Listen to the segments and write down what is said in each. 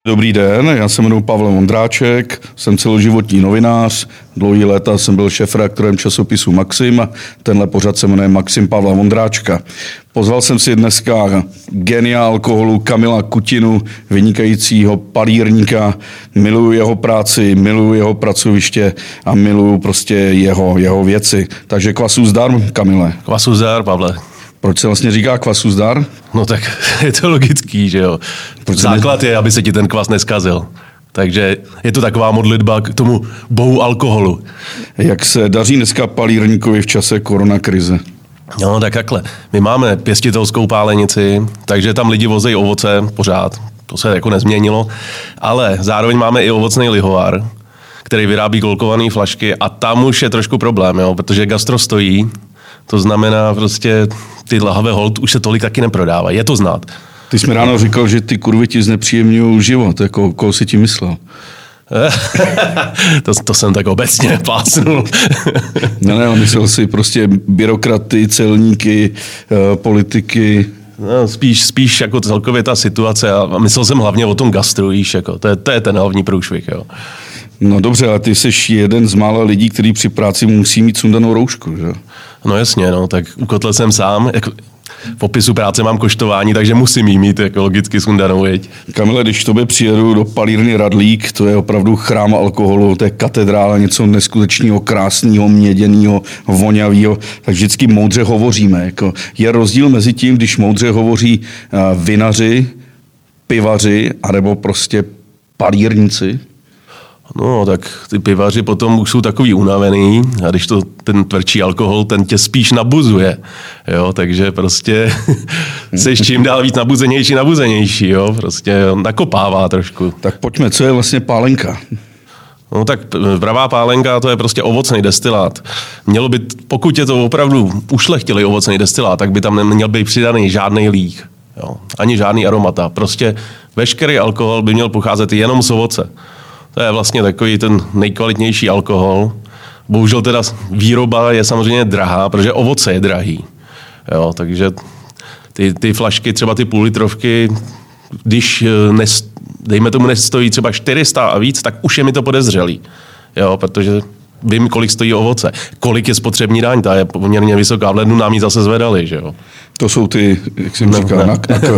Dobrý den, já se jmenuji Pavel Vondráček, jsem celoživotní novinář, dlouhý léta jsem byl šéfredaktorem časopisu Maxim a tenhle pořad se jmenuje Maxim Pavla Vondráčka. Pozval jsem si dneska genia alkoholu Kamila Kutinu, vynikajícího palírníka, miluju jeho práci, miluju jeho pracoviště a miluju prostě jeho věci. Takže kvasu zdar, Kamile. Kvasu zdar, Pavle. Proč se vlastně říká kvasu zdar? No tak je to logický, že jo. Základ je, aby se ti ten kvas neskazil. Takže je to taková modlitba k tomu bohu alkoholu. Jak se daří dneska palírníkovi v čase koronakrize? No tak takhle. My máme pěstitelskou pálenici, takže tam lidi vozejí ovoce pořád. To se jako nezměnilo. Ale zároveň máme i ovocný lihovár, který vyrábí kolkované flašky a tam už je trošku problém, jo, protože gastro stojí. To znamená prostě ty lahve hold už se tolik taky neprodávají. Je to znát. Ty jsi mi ráno říkal, že ty kurvy ti znepříjemňují život. Jako, koho jsi ti myslel? to jsem tak obecně plásnul. Ne, myslel si prostě byrokraty, celníky, politiky. No, spíš jako celkově ta situace a myslel jsem hlavně o tom gastru, víš, jako, to je ten hlavní průšvih. Jo. No dobře, ale ty jsi jeden z mála lidí, který při práci musí mít sundanou roušku, že? No jasně, no, tak ukotl jsem sám. Jako, v popisu práce mám koštování, takže musím jí mít jako logicky sundanou, jeď. Kamile, když tobě přijedu do palírny Radlík, to je opravdu chrám alkoholu, to je katedrála, něco neskutečného, krásného, měděného, vonavého, tak vždycky moudře hovoříme. Jako, je rozdíl mezi tím, když moudře hovoří vinaři, pivaři, anebo prostě palírníci? No, tak ty pivaři potom už jsou takový unavený a když to ten tvrdší alkohol, ten tě spíš nabuzuje, jo, takže prostě seš čím dál víc nabuzenější, jo, prostě nakopává trošku. Tak pojďme, co je vlastně pálenka? No tak pravá pálenka, to je prostě ovocný destilát. Mělo by, pokud je to opravdu ušlechtilý ovocný destilát, tak by tam neměl být přidaný žádný líh, jo, ani žádný aromata. Prostě veškerý alkohol by měl pocházet jenom z ovoce. To je vlastně takový ten nejkvalitnější alkohol. Bohužel teda výroba je samozřejmě drahá, protože ovoce je drahý. Jo, takže ty flašky, třeba ty půllitrovky, když dejme tomu nestojí třeba 400 a víc, tak už je mi to podezřelý. Jo, protože vím, kolik stojí ovoce. Kolik je spotřební daň, ta je poměrně vysoká. V lednu nám ji zase zvedali, že jo. To jsou ty, jak jsem říkal,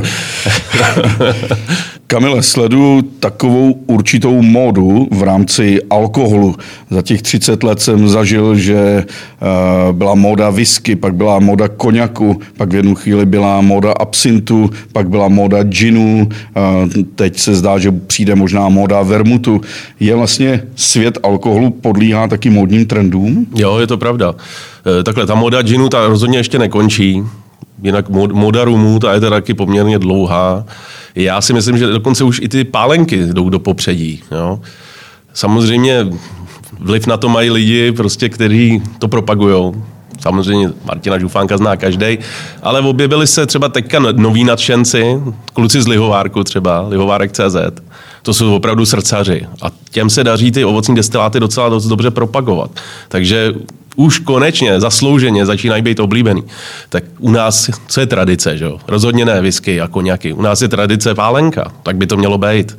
Kamile, sleduju takovou určitou módu v rámci alkoholu. Za těch 30 let jsem zažil, že byla móda whisky, pak byla móda koňaku, pak v jednu chvíli byla móda absintu, pak byla móda ginu, teď se zdá, že přijde možná móda vermutu. Je vlastně svět alkoholu podlíhá taky módním trendům? Jo, je to pravda. Takhle, ta móda ginu, ta rozhodně ještě nekončí. Jinak móda rumu, ta je teda taky poměrně dlouhá. Já si myslím, že dokonce už i ty pálenky jdou do popředí. Jo. Samozřejmě vliv na to mají lidi, prostě, kteří to propagujou. Samozřejmě Martina Žufánka zná každej, ale objevili se třeba teďka noví nadšenci, kluci z lihovárku třeba, lihovárek.cz. To jsou opravdu srdcaři a těm se daří ty ovocní destiláty docela dost dobře propagovat. Takže už konečně, zaslouženě začínají být oblíbený. Tak u nás, co je tradice, že jo? Rozhodně ne whisky a koňaky. U nás je tradice pálenka, tak by to mělo být.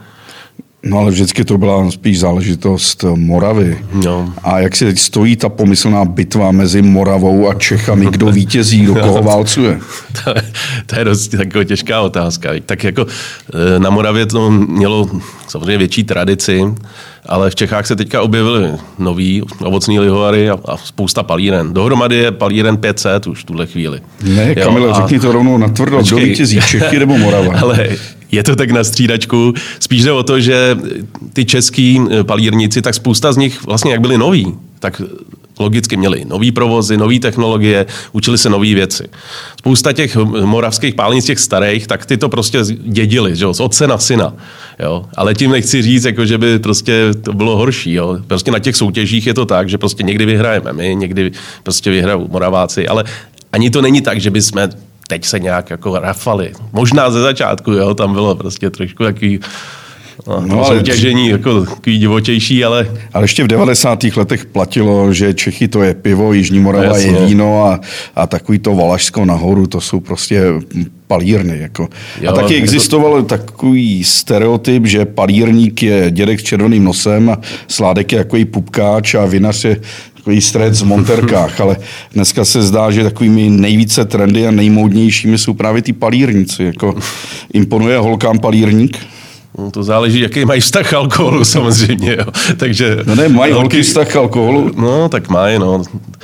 No ale vždycky to byla spíš záležitost Moravy. No. A jak se teď stojí ta pomyslná bitva mezi Moravou a Čechami, kdo vítězí, kdo koho válcuje? To je dost taková těžká otázka. Tak jako na Moravě to mělo samozřejmě větší tradici, ale v Čechách se teďka objevily nový ovocný lihovary a spousta palíren. Dohromady je palíren 500 už v tuhle chvíli. Ne, Kamile, řekni to rovnou natvrdo. Kdo vítězí, Čechy nebo Morava? Ale je to tak na střídačku. Spíš jde o to, že ty český palírníci, tak spousta z nich vlastně jak byli noví, tak logicky měli nový provozy, nové technologie, učili se nové věci. Spousta těch moravských pálnic, těch starých, tak ty to prostě dědili, že jo, z otce na syna. Jo. Ale tím nechci říct, jako, že by prostě to bylo horší. Jo. Prostě na těch soutěžích je to tak, že prostě někdy vyhrajeme my, někdy prostě vyhrajou Moraváci, ale ani to není tak, že by jsme teď se nějak jako rafali. Možná ze začátku, jo, tam bylo prostě trošku takový No, ale soutěžení jako takový divočejší, ale... Ale ještě v 90. letech platilo, že Čechy to je pivo, Jižní Morava je víno a takový to Valašsko nahoru, to jsou prostě palírny. Jako. A taky existoval takový stereotyp, že palírník je dědek s červeným nosem a Sládek je takový pupkáč a vinař je takový strec v monterkách, ale dneska se zdá, že takovými nejvíce trendy a nejmódnějšími jsou právě ty palírníci. Jako imponuje holkám palírník? No, to záleží, jaký mají vztah alkoholu samozřejmě. Jo. Takže mají holky vztah alkoholu? No, tak mají, no.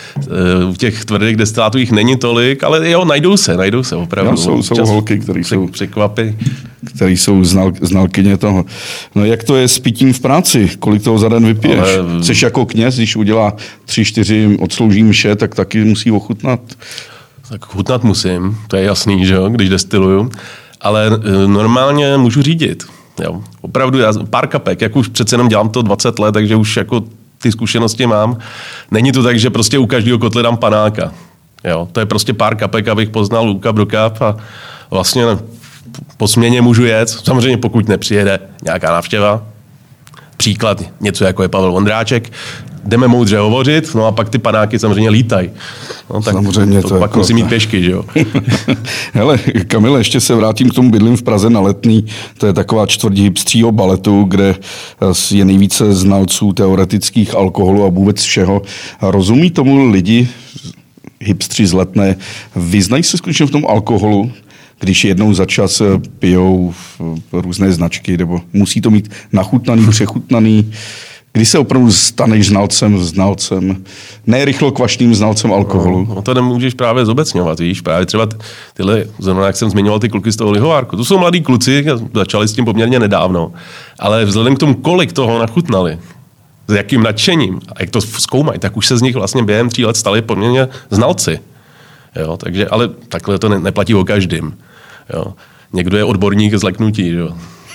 U těch tvrdých destilátů jich není tolik, ale jo, najdou se opravdu. No, jsou holky, které jsou překvapy. Který jsou znalkyně toho. No jak to je s pitím v práci? Kolik toho za den vypiješ? Jseš jako kněz, když udělá 3-4 odslouží mše, tak taky musí ochutnat? Tak chutnat musím, to je jasný, že jo, když destiluju. Ale normálně můžu řídit. Jo. Opravdu, já pár kapek, jak už přece jenom dělám to 20 let, takže už jako ty zkušenosti mám. Není to tak, že prostě u každého kotle dám panáka. Jo. To je prostě pár kapek, abych poznal lůka brokap a vlastně po směně můžu jet. Samozřejmě pokud nepřijede nějaká návštěva. Příklad, něco jako je Pavel Vondráček. Jdeme moudře hovořit, no a pak ty panáky samozřejmě lítají. No, tak samozřejmě to pak jako musí mít pěšky, že jo? Hele, Kamile, ještě se vrátím k tomu bydlím v Praze na Letný. To je taková čtvrť hipstřího baletu, kde je nejvíce znalců teoretických alkoholů a vůbec všeho. Rozumí tomu lidi, hipstři z Letné, vyznají se skutečně v tom alkoholu, když jednou za čas pijou různé značky, nebo musí to mít nachutnaný, přechutnaný. Kdy se opravdu staneš znalcem, ne rychlokvašným znalcem alkoholu? No to nemůžeš právě zobecňovat, víš, právě třeba tyhle, zrovna jak jsem zmiňoval ty kluky z toho lihovárku, to jsou mladí kluci, začali s tím poměrně nedávno, ale vzhledem k tomu, kolik toho nachutnali, s jakým nadšením a jak to zkoumají, tak už se z nich vlastně během 3 let stali poměrně znalci. Jo, takže, ale takhle to neplatí o každým. Jo. Někdo je odborník z leknutí, jo.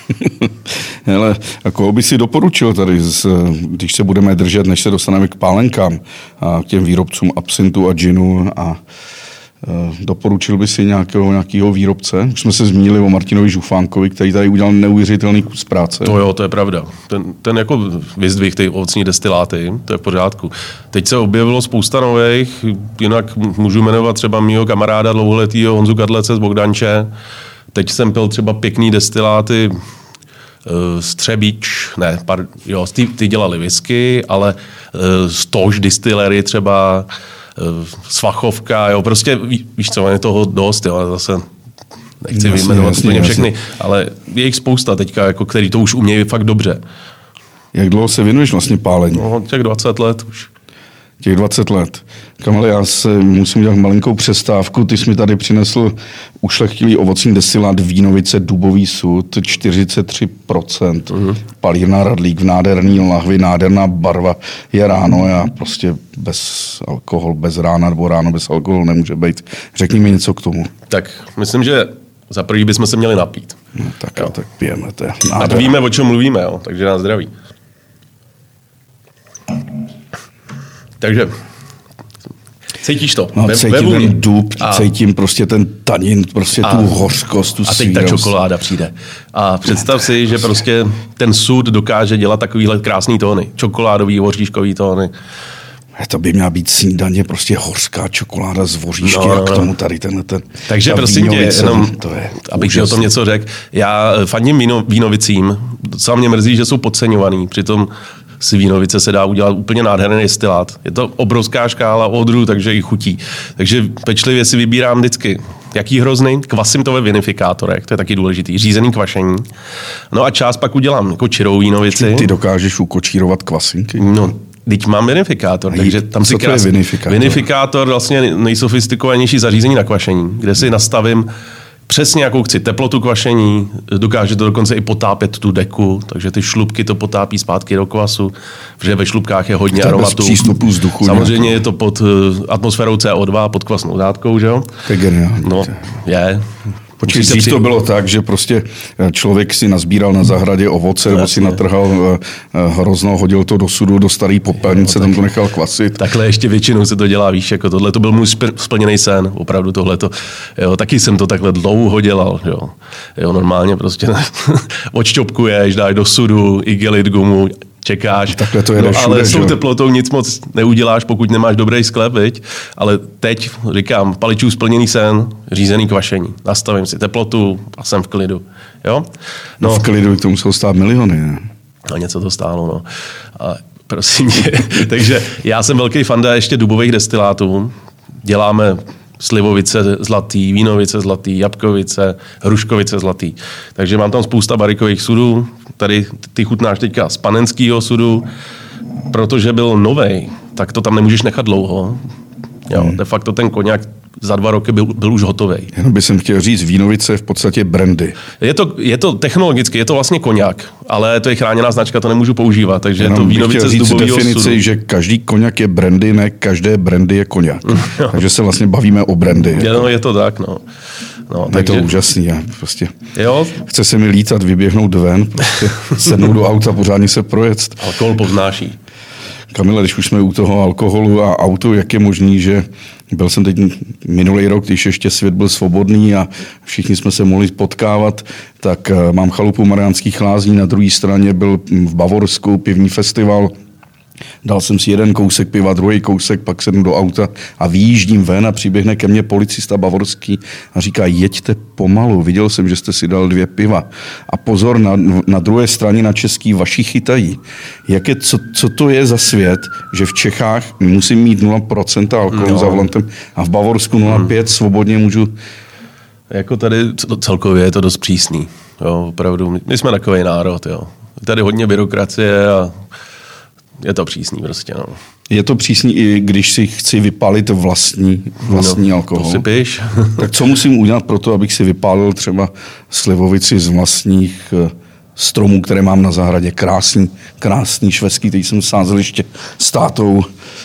Hele, a koho by si doporučil tady, když se budeme držet, než se dostaneme k pálenkám a k těm výrobcům absintu a džinu a doporučil by si nějakého výrobce? Už jsme se zmínili o Martinovi Žufánkovi, který tady udělal neuvěřitelný kus práce. To jo, to je pravda. Ten jako vyzdvih ty ovocní destiláty, to je v pořádku. Teď se objevilo spousta nových, jinak můžu jmenovat třeba mýho kamaráda dlouholetýho Honzu Kadlece z Bogdanče. Teď jsem pil třeba pěkný destiláty Střebič, ty dělali whisky, ale Stož distillery třeba, Svachovka, jo, prostě víš co, je toho dost, jo, ale zase nechci vyjmenovat úplně všechny, ale je jich spousta teďka, jako, který to už umějí fakt dobře. Jak dlouho se věnuješ vlastně pálení? No, těch 20 let už. Těch 20 let. Kamale, já se musím dělat malinkou přestávku. Ty jsi mi tady přinesl ušlechtilý ovocný destilát Vínovice Dubový sud, 43%. Palírna Radlík v nádherný lahvi, nádherná barva. Je ráno, já prostě bez alkohol, bez rána, nebo ráno bez alkoholu nemůže být. Řekni mi něco k tomu. Tak myslím, že za první bychom se měli napít. No, tak pijeme. To je a to víme, o čem mluvíme, jo, takže nás zdraví. Takže cítíš to? No, cítím ten dub, cítím prostě ten tanin, prostě tu hořkost, tu svírost. A teď ta čokoláda přijde. A představ si, že prostě ten sud dokáže dělat takovýhle krásný tóny. Čokoládový, voříškový tóny. To by měla být snídaně, prostě hořká čokoláda z voříšky a k tomu tady tenhle ten. Takže prosím tě, jenom, abych ti o tom něco řekl. Já fandím Vínovicím. Docela mě mrzí, že jsou podceňovaný. Přitom z Vínovice se dá udělat úplně nádherný destilát. Je to obrovská škála odrůd, takže i chutí. Takže pečlivě si vybírám vždycky. Jaký hrozný? Kvasím to ve vinifikátorech, to je taky důležitý. Řízený kvašení. No a část pak udělám jako čirou Vínovici. Ty dokážeš ukočírovat kvasinky? No, teď mám vinifikátor, takže tam si krásný. Vinifikátor vlastně nejsofistikovanější zařízení na kvašení, kde si nastavím přesně jakou chci teplotu kvašení, dokáže to dokonce i potápět tu deku, takže ty šlupky to potápí zpátky do kvasu, protože ve šlupkách je hodně aromatu. Přístupu vzduchu. Samozřejmě je to pod atmosférou CO2, pod kvasnou dátkou, že jo? To je geniální. No, je. Počkej, dřív to bylo tak, že prostě člověk si nazbíral na zahradě ovoce, nebo si natrhal hrozno, hodil to do sudu, do starý popelnice, tam to nechal kvasit. Takhle ještě většinou se to dělá, víš, jako tohle to byl můj splněný sen, opravdu tohleto. Jo, taky jsem to takhle dlouho dělal, jo, normálně prostě odšťopkuješ, dáš do sudu, igelit gumu, čekáš, takhle to jede všude, ale s tou teplotou nic moc neuděláš, pokud nemáš dobrý sklep, viď? Ale teď říkám, paličů splněný sen, řízený kvašení. Nastavím si teplotu a jsem v klidu. Jo? No, v klidu to muselo stát miliony. Ne? A něco to stálo, no. A prosím tě. Takže já jsem velký fanda ještě dubových destilátů. Děláme slivovice zlatý, vínovice zlatý, jabkovice, hruškovice zlatý. Takže mám tam spousta barikových sudů. Tady ty chutnáš teďka z panenského sudu, protože byl novej, tak to tam nemůžeš nechat dlouho. Jo, de facto ten koněk za 2 roky byl už hotovej. Jenom bych chtěl říct, vínovice je v podstatě brandy. Je to technologicky, je to vlastně koněk, ale to je chráněná značka, to nemůžu používat, takže jenom je to vínovice z dubového sudu. Že každý koněk je brandy, ne každé brandy je koněk. Takže se vlastně bavíme o brandy. No, je to tak, no. Je to úžasný. Prostě. Jo? Chce se mi lítat, vyběhnout ven, prostě sednout do auta, pořádně se projet. Alkohol povznáší. Kamile, když už jsme u toho alkoholu a autu, jak je možný, že byl jsem teď minulý rok, když ještě svět byl svobodný a všichni jsme se mohli potkávat, tak mám chalupu Mariánských Lázní, na druhé straně byl v Bavorsku pivní festival. Dal jsem si jeden kousek piva, druhý kousek, pak sednu do auta a vyjíždím ven a přiběhne ke mně policista bavorský a říká, jeďte pomalu, viděl jsem, že jste si dal 2 piva. A pozor, na druhé straně na český vaši chytají. Co to je za svět, že v Čechách musím mít 0% alkoholu za volantem a v Bavorsku 0,5 svobodně můžu... Jako tady celkově je to dost přísný. Jo, opravdu. My jsme takovej národ. Jo. Tady hodně byrokracie a je to přísný prostě, no. Je to přísný, i když si chci vypálit vlastní alkohol. To si píš. Tak co musím udělat pro to, abych si vypálil třeba slivovici z vlastních stromů, které mám na zahradě. Krásný švestský, který jsem sázel ještě s tátou,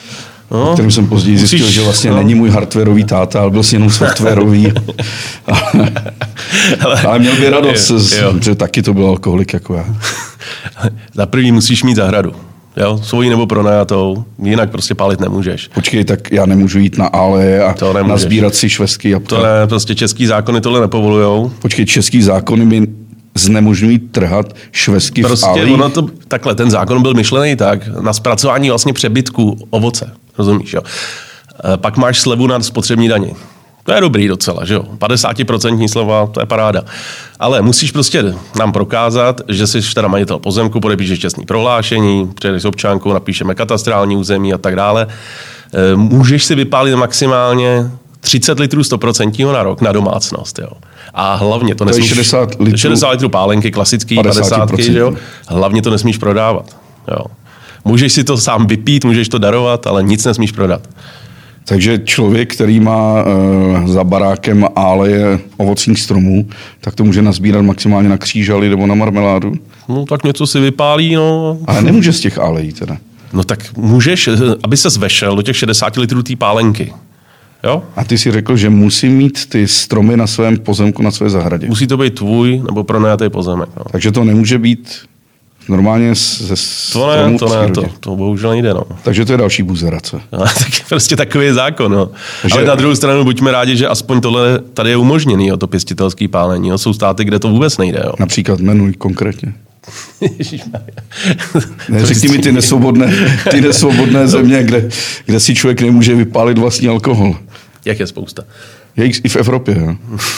o kterém jsem později zjistil, že vlastně není můj hardwareový táta, ale byl si jenom softwarový. ale měl by radost, že taky to byl alkoholik jako já. Za první musíš mít zahradu. Jo, svojí nebo pronajatou, jinak prostě pálit nemůžeš. Počkej, tak já nemůžu jít na aleje a nazbírat si švestky jabka. To ne, prostě český zákony tohle nepovolujou. Počkej, český zákony mi znemožňují trhat švestky prostě v alejích? Takhle, ten zákon byl myšlený tak, na zpracování vlastně přebytku ovoce, rozumíš, jo. Pak máš slevu na spotřební dani. To je dobrý docela, že jo. 50% sleva, to je paráda. Ale musíš prostě nám prokázat, že jsi teda majitel pozemku, podepíšeš čestný prohlášení, přijedeš s občankou, napíšeme katastrální území a tak dále. Můžeš si vypálit maximálně 30 litrů 100% na rok na domácnost, jo. A hlavně to nesmíš... 60 litrů pálenky, klasický, 50, že jo. Hlavně to nesmíš prodávat, jo. Můžeš si to sám vypít, můžeš to darovat, ale nic nesmíš prodat. Takže člověk, který má za barákem áleje ovocných stromů, tak to může nazbírat maximálně na křížaly nebo na marmeládu? No tak něco si vypálí, no. Ale nemůže z těch álejí teda. No tak můžeš, aby ses vešel do těch 60 litrů té pálenky. Jo? A ty si řekl, že musí mít ty stromy na svém pozemku, na své zahradě. Musí to být tvůj nebo pronajatý pozemek. No. Takže to nemůže být normálně ze stromů to bohužel nejde, no. Takže to je další buzerace. No, tak prostě takový je zákon, no. Takže... Ale na druhou stranu buďme rádi, že aspoň tohle tady je umožněný, jo, to pěstitelský pálení. Jo. Jsou státy, kde to vůbec nejde. Jo. Například jmenuj konkrétně. Řekni mi ty nesvobodné země, kde si člověk nemůže vypálit vlastní alkohol. Jak je spousta. Je i v Evropě, jo.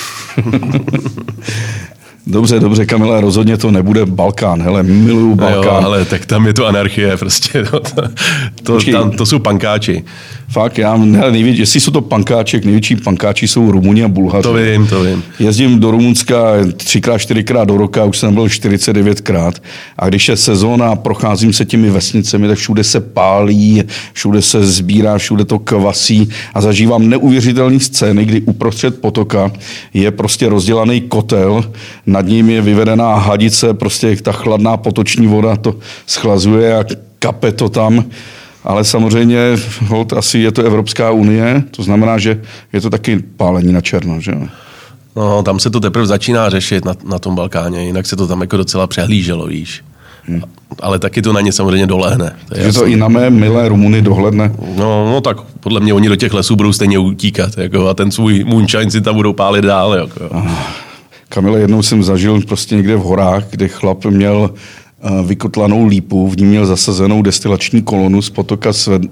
Dobře, Kamile, rozhodně to nebude Balkán. Hele, miluju Balkán. Jo, ale tak tam je to anarchie, prostě. To jsou pankáči. Fakt, jestli jsou to pankáček, největší pankáči jsou Rumuni a Bulhaři. To vím. Jezdím do Rumunska 3x, 4x do roka, už jsem byl 49krát. A když je sezóna, procházím se těmi vesnicemi, tak všude se pálí, všude se sbírá, všude to kvasí a zažívám neuvěřitelné scény, kdy uprostřed potoka je prostě rozdělaný kotel, nad ním je vyvedená hadice, prostě ta chladná potoční voda to schlazuje a kape to tam. Ale samozřejmě asi je to Evropská unie, to znamená, že je to taky pálení na černo, že? No, tam se to teprve začíná řešit na tom Balkáně, jinak se to tam jako docela přehlíželo, víš. Ale taky to na ně samozřejmě dolehne. Je to i na mé milé Rumuny dohledne? No, tak podle mě oni do těch lesů budou stejně utíkat, jako, a ten svůj moonshine si tam budou pálit dál. Jako. Kamile, jednou jsem zažil prostě někde v horách, kde chlap měl vykotlanou lípu, v ní měl zasazenou destilační kolonu z potoka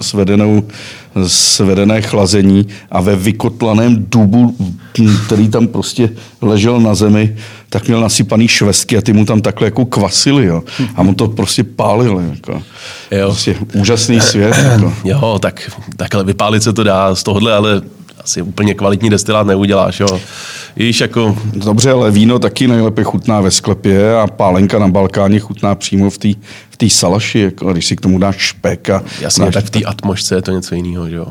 svedené chlazení a ve vykotlaném dubu, který tam prostě ležel na zemi, tak měl nasypaný švestky a ty mu tam takhle jako kvasily, jo. A mu to prostě pálil, jako. Jo. Prostě úžasný svět. Jako. Jo, takhle vypálit se to dá z tohohle, ale asi úplně kvalitní destilát neuděláš, jo. Víš, jako... Dobře, ale víno taky nejlépe chutná ve sklepě a pálenka na Balkáně chutná přímo v té salaši, jako, když si k tomu dáš špek. Jasně, tak v té atmosféře je to něco jiného, jo.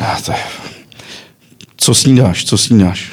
Co snídáš?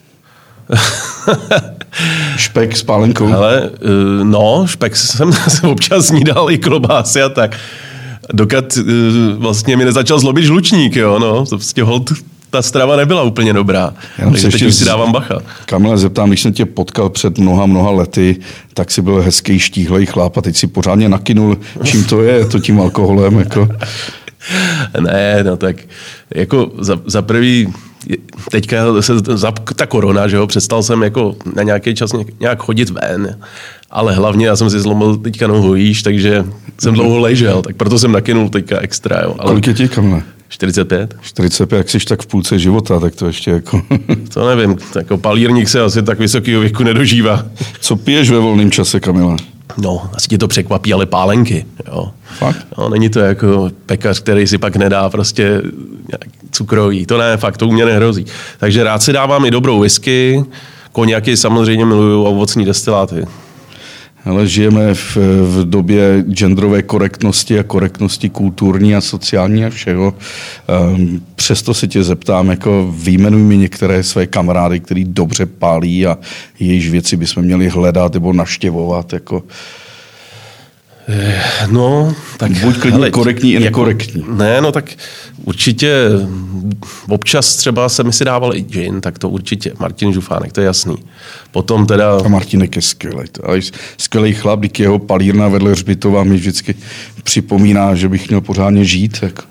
Špek s pálenkou? Ale no, špek jsem občas snídal i klobásy a tak. Dokud vlastně mi nezačal zlobit žlučník, jo, no. To prostě holt, ta strava nebyla úplně dobrá. Takže teď už si dávám bacha. Kamile, zeptám, když jsem tě potkal před mnoha lety, tak si byl hezký, štíhlej chlap a teď si pořádně nakynul, čím to je tím alkoholem, jako. Ne, no tak jako za prvý, teďka ta korona, že jo, přestal jsem jako na nějaký čas nějak chodit ven, ale hlavně já jsem si zlomil teďka nohu, víš, takže jsem dlouho ležel, tak proto jsem nakynul teďka extra, jo. Ale... Kolik je ti, Kamile? 45. 45, jak jsi tak v půlce života, tak to ještě jako... To nevím, jako palírník se asi tak vysokého věku nedožívá. Co piješ ve volném čase, Kamile? No, asi tě to překvapí, ale pálenky, jo. Fakt? No, není to jako pekař, který si pak nedá prostě cukrový. To ne, fakt, to u mě nehrozí. Takže rád si dávám i dobrou whisky, koněky samozřejmě miluju a ovocní destiláty. Ale žijeme v době genderové korektnosti a korektnosti kulturní a sociální a všeho. Přesto se tě zeptám, jako vyjmenuj mi některé své kamarády, který dobře pálí a jejichž věci bychom měli hledat nebo navštěvovat. Jako. No, tak... Buď klidně korektní i nekorektní. Jako, ne, no tak určitě občas třeba se mi si dával i gin, tak to určitě. Martin Žufánek, to je jasný. Potom teda... A Martinek je skvělý. Ale skvělý chlap, díky jeho palírna vedle hřbitova mi vždycky připomíná, že bych měl pořádně žít. Jako.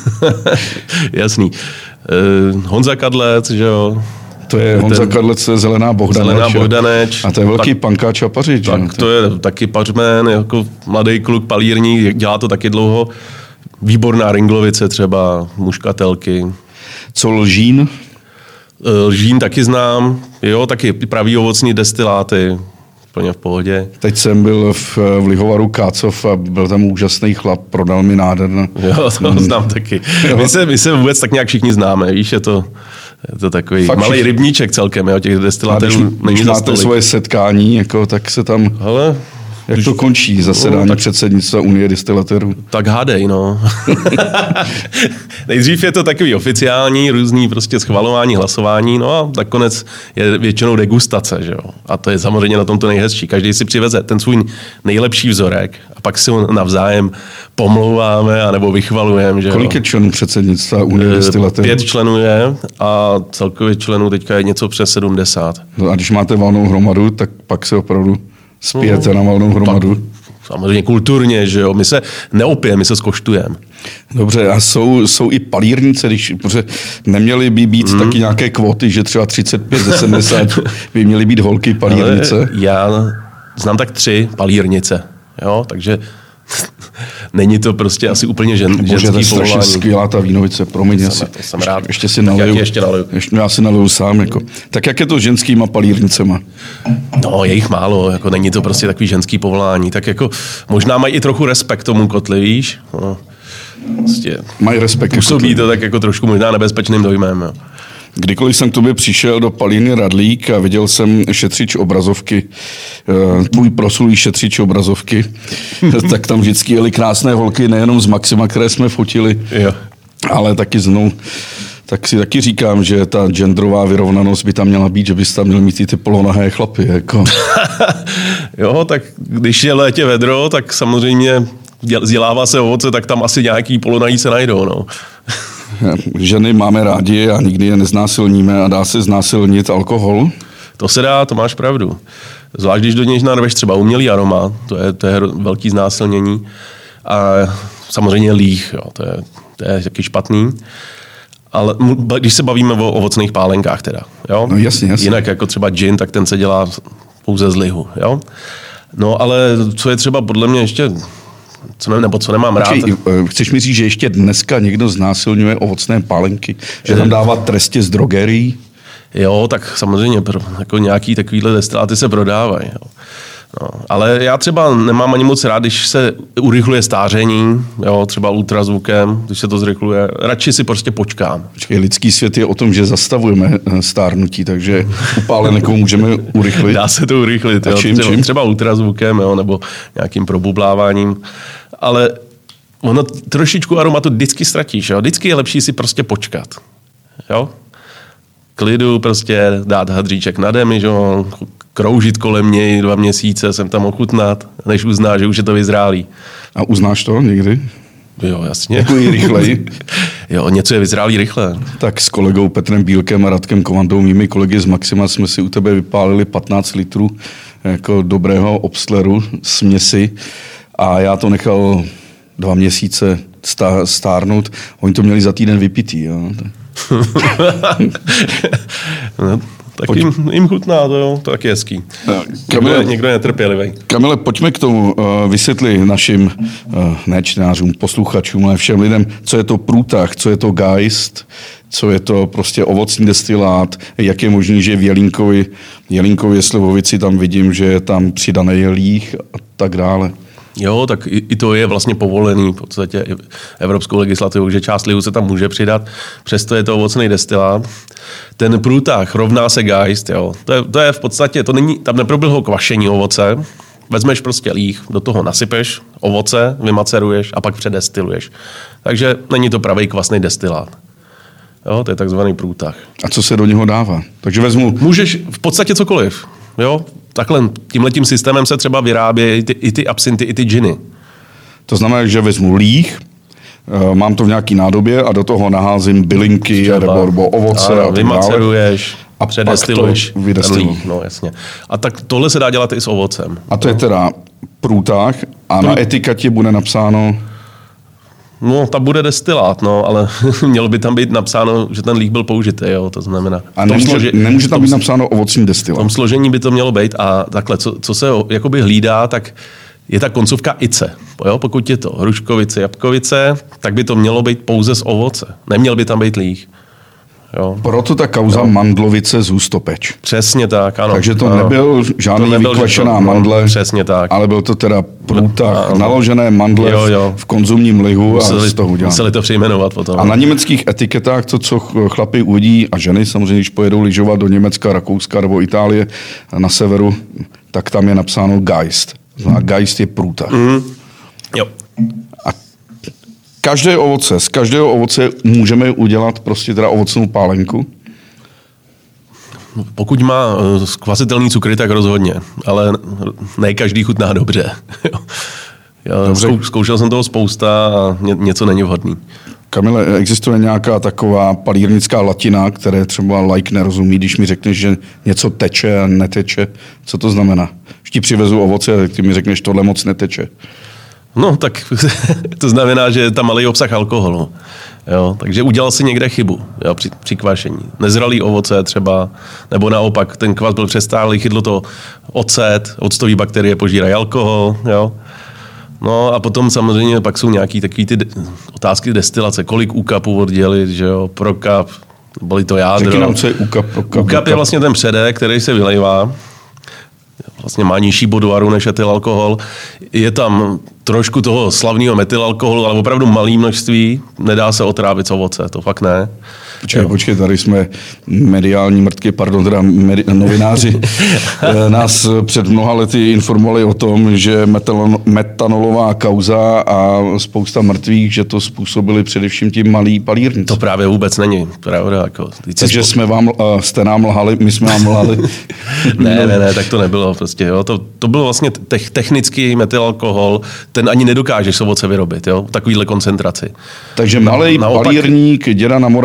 Jasný. Honza Kadlec, že jo. To je Honza Kadlec, Zelená Bohdaneč. A to je velký pankáč a pařič. Tak to je taky pařmen, jako mladý kluk, palírník, dělá to taky dlouho. Výborná Ringlovice třeba, muškatelky. Co Lžín? Lžín taky znám, jo, taky pravý ovocní destiláty, úplně v pohodě. Teď jsem byl v Lihovaru Kácov a byl tam úžasný chlap, prodal mi nádherně. Jo, to znám taky. My se vůbec tak nějak všichni známe, víš, je to takový fakt malý rybníček celkem, jo, těch destilátů. Když máte svoje setkání, jako, tak se tam... Ale... Jak to končí zasedání předsednictva Unie destilatérů? Tak hádej, no. Nejdřív je to takový oficiální, různý prostě schvalování, hlasování, no a nakonec je většinou degustace, že jo. A to je samozřejmě na tom to nejhezčí. Každý si přiveze ten svůj nejlepší vzorek a pak si ho navzájem pomlouváme anebo vychvalujeme, že jo. Kolik je členů předsednictva Unie destilatérů? 5 členů je a celkově členů teďka je něco přes 70. No a když máte valnou hromadu, tak pak se opravdu spijete na valnou hromadu. Samozřejmě kulturně, že jo. My se neopijeme, my se zkoštujeme. Dobře, a jsou i palírnice, protože neměly by být taky nějaké kvóty, že třeba 35 ze 70 by měly být holky palírnice? Ale já znám tak 3 palírnice, jo, takže není to prostě asi úplně ženský povolání. To je strašně skvělá ta vínovice, promiň, já jsem rád. Ještě si naliju. Já si naliju sám. Jako. Tak jak je to s ženskýma palírnicema? No, je jich málo, jako není to prostě takový ženský povolání. Tak jako možná mají i trochu respekt tomu kotli, víš? No, prostě mají respekt. Působí to tak jako trošku možná nebezpečným dojmem. Jo. Kdykoliv jsem k tobě přišel do palírny Radlík a viděl jsem šetřič obrazovky, tvůj proslulý šetřič obrazovky, tak tam vždycky jeli krásné holky, nejenom z Maxima, které jsme fotili, jo. Ale taky znovu. Tak si taky říkám, že ta genderová vyrovnanost by tam měla být, že bys tam měl mít i ty polonahé chlapy. Jako. Jo, tak když je létě vedro, tak samozřejmě vzdělává se ovoce, tak tam asi nějaký polonají se najdou. No. Ženy máme rádi a nikdy je neznásilníme a dá se znásilnit alkohol? To se dá, to máš pravdu. Zvlášť, když do něj narveš třeba umělý aroma, to je velký znásilnění. A samozřejmě líh, jo, to je taky špatný. Ale když se bavíme o ovocných pálenkách teda, jo? No jasně. Jinak jako třeba gin, tak ten se dělá pouze z lihu, jo? No ale co je třeba podle mě ještě, co nemám rád. Chceš mi říct, že ještě dneska někdo znásilňuje ovocné pálenky? Že tam dává tresty z drogerií? Jo, tak samozřejmě jako nějaký takovýhle destiláty se prodávají. Jo. No, ale já třeba nemám ani moc rád, když se urychluje stáření, jo, třeba ultrazvukem, když se to zrychluje. Radši si prostě počkám. Lidský svět je o tom, že zastavujeme stárnutí, takže u pálenek můžeme urychlit. Dá se to urychlit, jo. Čím? Třeba ultrazvukem, jo, nebo nějakým probubláváním. Ale ono trošičku aromatu vždycky ztratíš. Jo. Vždycky je lepší si prostě počkat. Jo? Klidu prostě dát hadříček na demi, že jo, kroužit kolem něj 2 měsíce, jsem tam ochutnat, než uzná, že už je to vyzrálý. A uznáš to někdy? Jo, jasně. Jako i rychleji? Jo, něco je vyzrálý rychle. Tak s kolegou Petrem Bílkem a Radkem Kovandou, mými kolegy z Maxima, jsme si u tebe vypálili 15 litrů jako dobrého obstleru směsi a já to nechal 2 měsíce stárnout. Oni to měli za týden vypitý. Jo. No, tak jim chutná, to taky hezký. Někdo je netrpělivý. Kamile, pojďme k tomu vysvětlit našim ne čtenářům, posluchačům, ale všem lidem, co je to průtah, co je to geist, co je to prostě ovocný destilát, jak je možný, že v Jelínkově Slivovici tam vidím, že je tam přidaný líh a tak dále. Jo, tak i to je vlastně povolený v podstatě evropskou legislativou, že část lihu se tam může přidat, přesto je to ovocný destilát. Ten průtah rovná se geist, jo. To je v podstatě, tam neproběhlo kvašení ovoce, vezmeš prostě líh, do toho nasypeš ovoce, vymaceruješ a pak předestiluješ. Takže není to pravý kvasný destilát. Jo, to je takzvaný průtah. A co se do něho dává? Takže vezmu... Můžeš v podstatě cokoliv, jo. Takhle tímhletím systémem se třeba vyrábějí i ty absinty, i ty džiny. To znamená, že vezmu líh, mám to v nějaký nádobě a do toho naházím bylinky nebo ovoce a tak vymaceruješ a předestiluješ ten líh. No, jasně. A tak tohle se dá dělat i s ovocem. A to je teda průtah a na etiketě bude napsáno... No, tam bude destilát, no, ale mělo by tam být napsáno, že ten líh byl použitý, jo, to znamená. A nemůže tam být napsáno ovocný destilát. V tom složení by to mělo být a takhle, co se jakoby hlídá, tak je ta koncovka ice. Jo, pokud je to hruškovice, jabkovice, tak by to mělo být pouze z ovoce. Neměl by tam být líh. Jo. Proto ta kauza mandlovice z Hustopeč. Přesně tak, ano. Takže to nebyl žádný vykvašená mandle, přesně tak. Ale byl to teda průtah, naložené mandle v konzumním lihu a z toho udělám. Museli to přejmenovat potom. A na německých etiketách, to, co chlapi uvidí a ženy, samozřejmě, když pojedou lyžovat do Německa, Rakouska nebo Itálie na severu, tak tam je napsáno Geist. Geist je průtah. Jo. Z každého ovoce můžeme udělat prostě teda ovocnou pálenku? Pokud má kvasitelný cukry, tak rozhodně. Ale ne každý chutná dobře. Zkoušel jsem toho spousta a něco není vhodný. Kamile, existuje nějaká taková palírnická latina, které třeba laik nerozumí, když mi řekneš, že něco teče a neteče? Co to znamená? Když ti přivezu ovoce a ty mi řekneš, tohle moc neteče. No, tak to znamená, že je tam malý obsah alkoholu. Jo, takže udělal si někde chybu, jo, při kvašení. Nezralý ovoce třeba, nebo naopak ten kvas byl přestálý, chytlo to octový bakterie požírají alkohol. Jo. No a potom samozřejmě pak jsou nějaký takový ty otázky destilace, kolik úkapů oddělit, že jo, prokap, bolí to jádro. Řekni nám, co je úkap. Úkap je vlastně ten předek, který se vylejvá. Vlastně má nižší bodovaru než etylalkohol. Je tam trošku toho slavného metylalkoholu, ale opravdu malé množství. Nedá se otrávit z ovoce, to fakt ne. Počkej, tady jsme mediální mrtky, novináři nás před mnoha lety informovali o tom, že metanolová kauza a spousta mrtvých, že to způsobili především ti malí palírníci. To právě vůbec není. Pravda, jako, takže jste nám lhali, my jsme vám lhali. ne, tak to nebylo. Prostě, jo. To byl vlastně technický metylalkohol, ten ani nedokážeš z ovoce vyrobit, jo, takovýhle koncentraci. Takže malý palírník děda na Moravě nedokáže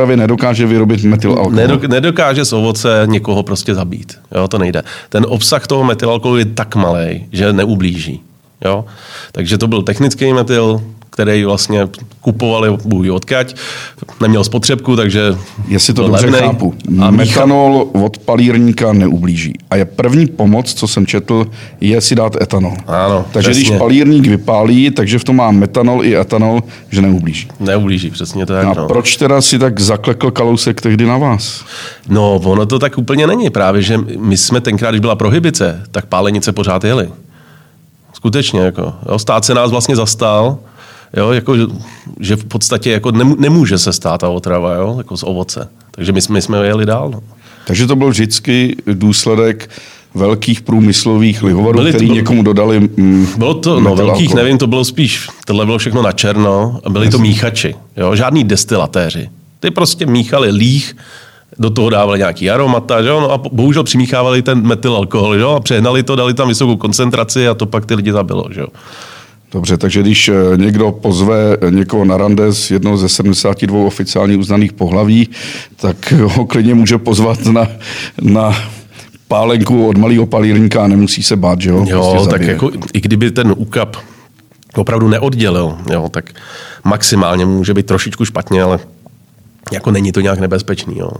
nedokáže vyrobit metylalkohol. Nedokáže z ovoce někoho prostě zabít. Jo, to nejde. Ten obsah toho metylalkoholu je tak malej, že neublíží. Jo? Takže to byl technický metyl, který vlastně kupovali bůh odkaď, neměl spotřebku, takže jestli to dobře chápu. Metanol od palírníka neublíží. A je první pomoc, co jsem četl, je si dát etanol. Ano, takže přesně. když palírník vypálí, takže v tom má metanol i etanol, že neublíží. Neublíží, přesně tak. A proč teda si tak zaklekl Kalousek tehdy na vás? No, ono to tak úplně není. Právě, že my jsme tenkrát, když byla prohibice, tak pálenice pořád jeli. Skutečně, jako. Jo, stát se nás vlastně zastal, jo, jako, že v podstatě jako nemůže se stát ta otrava, jo, jako z ovoce. Takže my jsme jeli dál. No. Takže to byl vždycky důsledek velkých průmyslových lihovarů, který někomu dodali bylo to, no velkých nevím, to bylo spíš, tohle bylo všechno na černo a byli to míchači, jo, žádný destilatéři. Ty prostě míchali líh, do toho dávali nějaký aromata, že jo? No a bohužel přimíchávali ten metylalkohol, že jo? A přehnali to, dali tam vysokou koncentraci a to pak ty lidi zabilo, že jo. Dobře, takže když někdo pozve někoho na rande z jednoho ze 72 oficiálně uznaných pohlaví, tak ho klidně může pozvat na pálenku od malého palírníka a nemusí se bát, že jo? Jo, prostě tak jako i kdyby ten úkap opravdu neoddělil, jo, tak maximálně může být trošičku špatně, ale jako není to nějak nebezpečný, jo.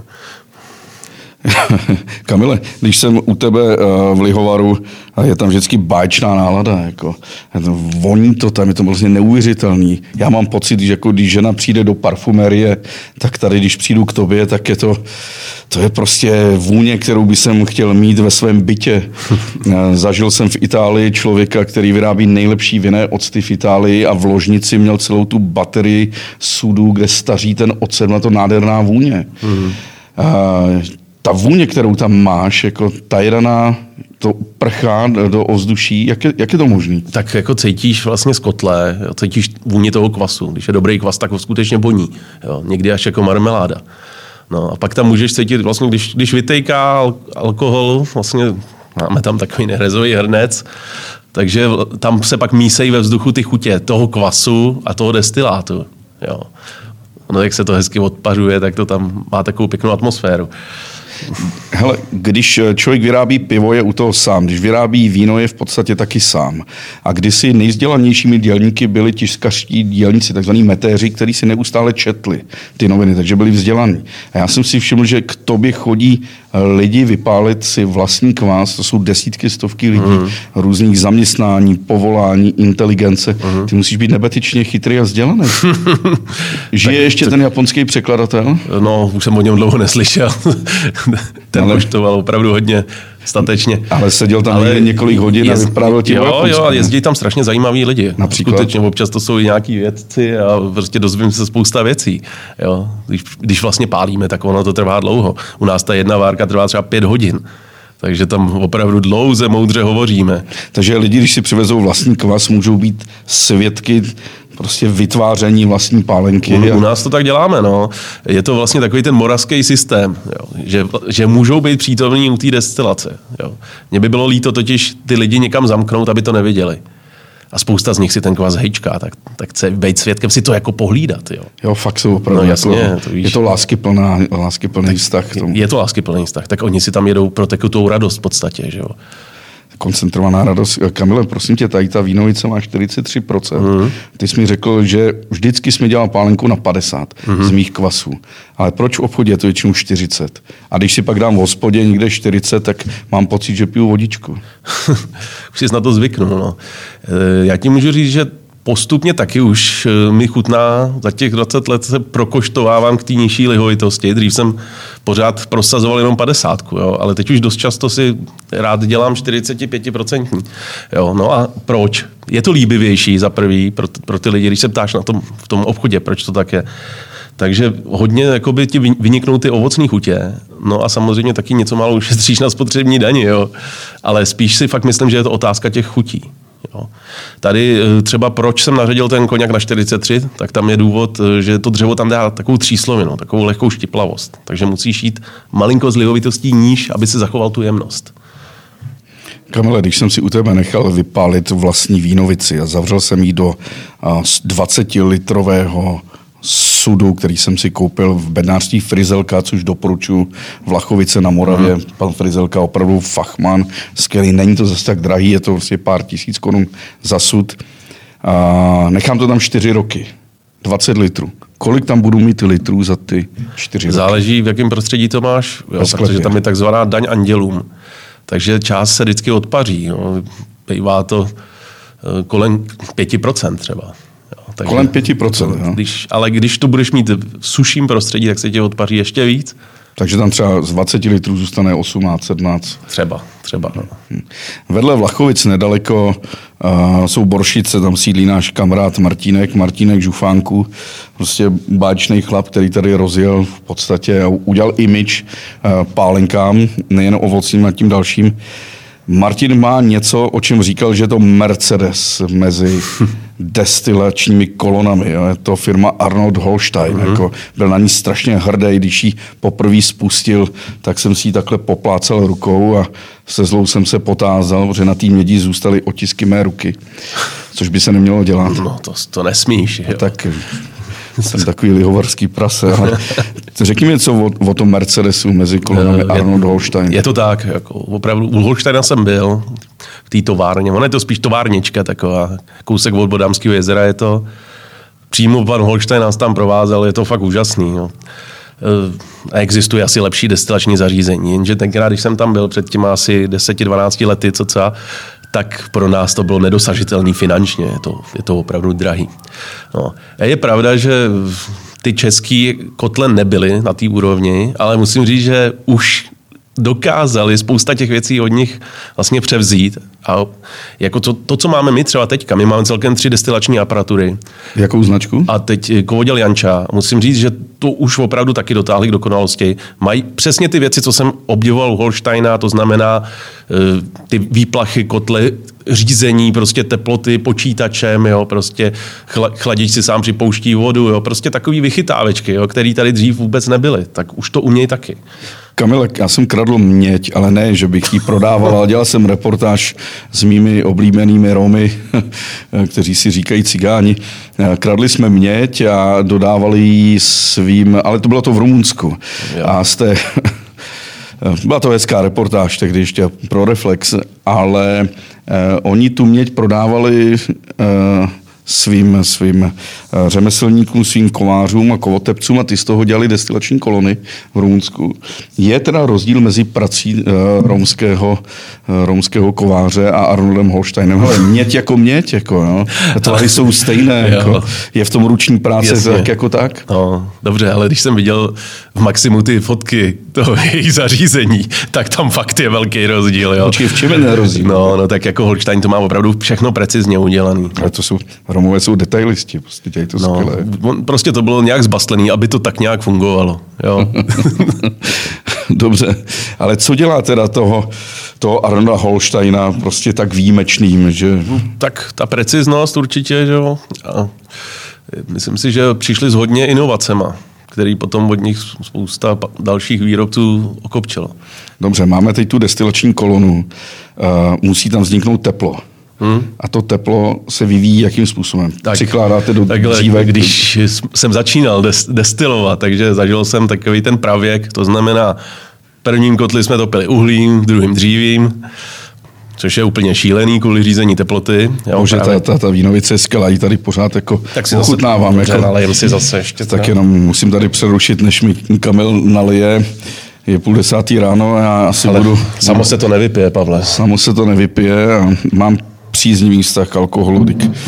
Kamile, když jsem u tebe v lihovaru, je tam vždycky báječná nálada. Jako, voní to tam, je to vlastně neuvěřitelný. Já mám pocit, že jako, když žena přijde do parfumerie, tak tady, když přijdu k tobě, tak je to je prostě vůně, kterou bych jsem chtěl mít ve svém bytě. Zažil jsem v Itálii člověka, který vyrábí nejlepší vinné octy v Itálii a v ložnici měl celou tu baterii sudů, kde staří ten ocet, na to nádherná vůně. Ta vůně, kterou tam máš, jako tajraná, to prchá do ovzduší, jak je to možný? Tak jako cítíš vlastně z kotle, cítíš vůni toho kvasu. Když je dobrý kvas, tak ho skutečně voní. Jo, někdy až jako marmeláda. No a pak tam můžeš cítit, vlastně, když vytejká alkohol, vlastně máme tam takový nerezový hrnec, takže tam se pak mísejí ve vzduchu ty chutě toho kvasu a toho destilátu. Jo. No, jak se to hezky odpařuje, tak to tam má takovou pěknou atmosféru. Hele, když člověk vyrábí pivo, je u toho sám. Když vyrábí víno, je v podstatě taky sám. A kdysi nejvzdělanějšími dělníky byli tiskařští dělníci, takzvaní metéři, kteří si neustále četli ty noviny, takže byli vzdělaní. A já jsem si všiml, že k tobě chodí lidi vypálit si vlastní kvás, to jsou desítky, stovky lidí, různých zaměstnání, povolání, inteligence. Ty musíš být nebetyčně chytrý a vzdělaný. Žije ještě ten japonský překladatel? No, už jsem o něm dlouho neslyšel. Ten koštoval opravdu hodně statečně. Ale seděl tam několik hodin a vyprávěl ti Jo, a jezdí tam strašně zajímaví lidi. Například? Skutečně občas to jsou i nějaký vědci a prostě dozvím se spousta věcí. Jo. Když vlastně pálíme, tak ono to trvá dlouho. U nás ta jedna várka trvá třeba 5 hodin. Takže tam opravdu dlouze, moudře hovoříme. Takže lidi, když si přivezou vlastní kvas, můžou být svědky prostě vytváření vlastní pálenky. U nás to tak děláme, no. Je to vlastně takový ten moravský systém, jo. Že můžou být přítomní u té destilace. Jo. Mně by bylo líto totiž ty lidi někam zamknout, aby to neviděli. A spousta z nich si ten kvas hejčká, tak chce být svědkem, si to jako pohlídat. Jo, fakt jsou opravdu. No, jasně, jako, to víš. Je to láskyplný vztah. Je to láskyplný vztah, tak oni si tam jedou pro takovou radost v podstatě, že jo. Koncentrovaná radost. Kamile, prosím tě, tady ta vínovice má 43%. Ty jsi mi řekl, že vždycky jsme dělali pálenku na 50 z mých kvasů. Ale proč v obchodě je to většinou 40? A když si pak dám v hospodě někde 40, tak mám pocit, že piju vodičku. Už jsi na to zvyknul. No. Já ti můžu říct, že postupně taky už mi chutná, za těch 20 let se prokoštovávám k té nižší lihovitosti. Dřív jsem pořád prosazoval jenom 50, jo, ale teď už dost často si rád dělám 45%. Jo, no a proč? Je to líbivější za prvý pro ty lidi, když se ptáš v tom obchodě, proč to tak je. Takže hodně jakoby ti vyniknou ty ovocné chutě, no a samozřejmě taky něco málo ušetříš na spotřební dani, jo. Ale spíš si fakt myslím, že je to otázka těch chutí. Jo. Tady třeba proč jsem naředil ten koněk na 43, tak tam je důvod, že to dřevo tam dá takovou tříslovinu, takovou lehkou štiplavost. Takže musíš jít malinko s lihovitostí níž, aby si zachoval tu jemnost. Kamile, když jsem si u tebe nechal vypálit vlastní vínovici a zavřel jsem ji do 20-litrového sudu, který jsem si koupil v bednářství Frizelka, což doporučuji, Vlachovice na Moravě. Pan Frizelka opravdu fachman, skvělý, není to zase tak drahý, je to vlastně pár tisíc korun za sud. A nechám to tam 4 roky, 20 litrů. Kolik tam budu mít litrů za ty 4 roky? Záleží, v jakém prostředí to máš, jo, protože tam je takzvaná daň andělům. Takže část se vždycky odpaří. Jo. Bývá to kolem 5% třeba. Jo. Takže, kolem 5%, jo. Ale když to budeš mít v suším prostředí, tak se ti odpaří ještě víc. Takže tam třeba z 20 litrů zůstane 18, 17. Třeba. No. Vedle Vlachovic nedaleko jsou Boršice, tam sídlí náš kamarád Martínek Žufánku, prostě báječný chlap, který tady rozjel v podstatě a udělal image pálenkám, nejen ovocným a tím dalším. Martin má něco, o čem říkal, že je to Mercedes mezi destilačními kolonami. Jo. Je to firma Arnold Holstein. Jako byl na ní strašně hrdý, když ji poprvé spustil, tak jsem si ji takhle poplácal rukou a se zlou jsem se potázal, protože na té mědi zůstaly otisky mé ruky, což by se nemělo dělat. No to nesmíš. Jo. Tak jsem takový lihovarský prase, ale řekni mi něco o tom Mercedesu mezi kolonami Arnold Holstein. Je to tak, jako opravdu u Holsteina jsem byl v té továrně, ona je to spíš továrnička taková, kousek od Bodamského jezera je to, přímo pan Holstein nás tam provázel, je to fakt úžasný. No. A existuje asi lepší destilační zařízení, jenže tenkrát, když jsem tam byl před těma asi 10-12 lety, tak pro nás to bylo nedosažitelný finančně, je to opravdu drahý. No. A je pravda, že ty český kotle nebyly na té úrovni, ale musím říct, že už dokázali spousta těch věcí od nich vlastně převzít. A jako to, co máme my třeba teďka, my máme celkem 3 destilační aparatury. Jakou značku? A teď Kovoděl Janča. Musím říct, že to už opravdu taky dotáhli k dokonalosti. Mají přesně ty věci, co jsem obdivoval u Holsteina, to znamená ty výplachy, kotle, řízení, prostě teploty počítačem, jo, prostě chladič si sám připouští vodu, jo, prostě takový vychytávečky, jo, který tady dřív vůbec nebyly. Tak už to umějí taky. Kamile, já jsem kradl měď, ale ne, že bych ji prodával, ale dělal jsem reportáž s mými oblíbenými Romy, kteří si říkají cigáni. Kradli jsme měď a dodávali ji svým, ale to bylo to v Rumunsku. A byla to hezká reportáž, tehdy ještě pro Reflex, ale oni tu měď prodávali svým řemeslníkům, svým kovářům a kovotepcům a ty z toho dělali destilační kolony v Rumunsku. Je teda rozdíl mezi prací romského kováře a Arnoldem Holsteinem. Ale měď jako měď, jako, no. Tvary jsou stejné, jako, je v tom ruční práce tak jako tak. No, dobře, ale když jsem viděl v Maximu ty fotky toho jejich zařízení, tak tam fakt je velký rozdíl. Jo. Počkej, v čem je rozdíl? No, tak jako Holstein to má opravdu všechno precizně udělaný. Ale to jsou Romové jsou detailisti, prostě dělají to skvěle. Prostě to bylo nějak zbastlený, aby to tak nějak fungovalo. Jo. Dobře, ale co dělá teda toho Arnolda Holsteina prostě tak výjimečným, že... Tak ta preciznost určitě, že jo. A myslím si, že přišli s hodně inovacema, který potom od nich spousta dalších výrobců okopčilo. Dobře, máme teď tu destilační kolonu. Musí tam vzniknout teplo. A to teplo se vyvíjí jakým způsobem? Přikládáte do dřívek? Když jsem začínal destilovat, takže zažil jsem takový ten pravěk, to znamená, v prvním kotli jsme topili uhlím, v druhým dřívím, což je úplně šílený kvůli řízení teploty. Bože, ta vínovice je skvělá, tady pořád jako ochutnávám. Nalejem si zase ještě. Tak jenom musím tady přerušit, než mi Kamil nalije. Je 9:30 ráno a já asi budu... Samo se to nevypije, Pavle. Samo se to nevypije a mám příznivý vztah k alkoholu.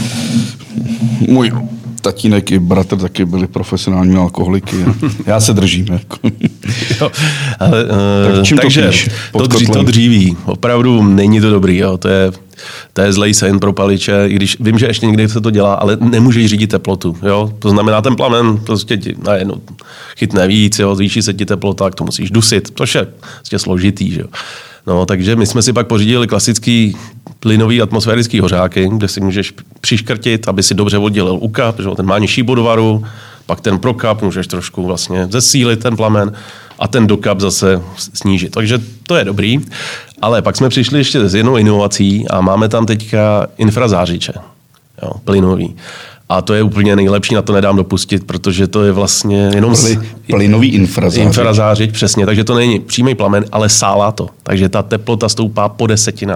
Můj tatínek i bratr taky byli profesionální alkoholiky. Já se držím. Jako. Jo, ale, takže to dříví. Opravdu není to dobrý. Jo. To je zlej sen pro paliče, i když vím, že ještě někdy se to dělá, ale nemůžeš řídit teplotu. Jo. To znamená, ten plamen prostě najednou chytne víc, jo, zvýší se ti teplota, tak to musíš dusit, což je prostě složitý. Jo. No, takže my jsme si pak pořídili klasický plynový atmosférický hořáky, kde si můžeš přiškrtit, aby si dobře oddělil úkap, že ten má nižší bodovaru, pak ten prokap můžeš trošku vlastně zesílit ten plamen a ten dokap zase snížit. Takže to je dobrý. Ale pak jsme přišli ještě s jednou inovací a máme tam teďka infrazářiče, jo, plynový. A to je úplně nejlepší, na to nedám dopustit, protože to je vlastně jenom plynový infrazářič. Infrazářič, přesně, takže to není přímý plamen, ale sálá to. Takže ta teplota stoupá po 10.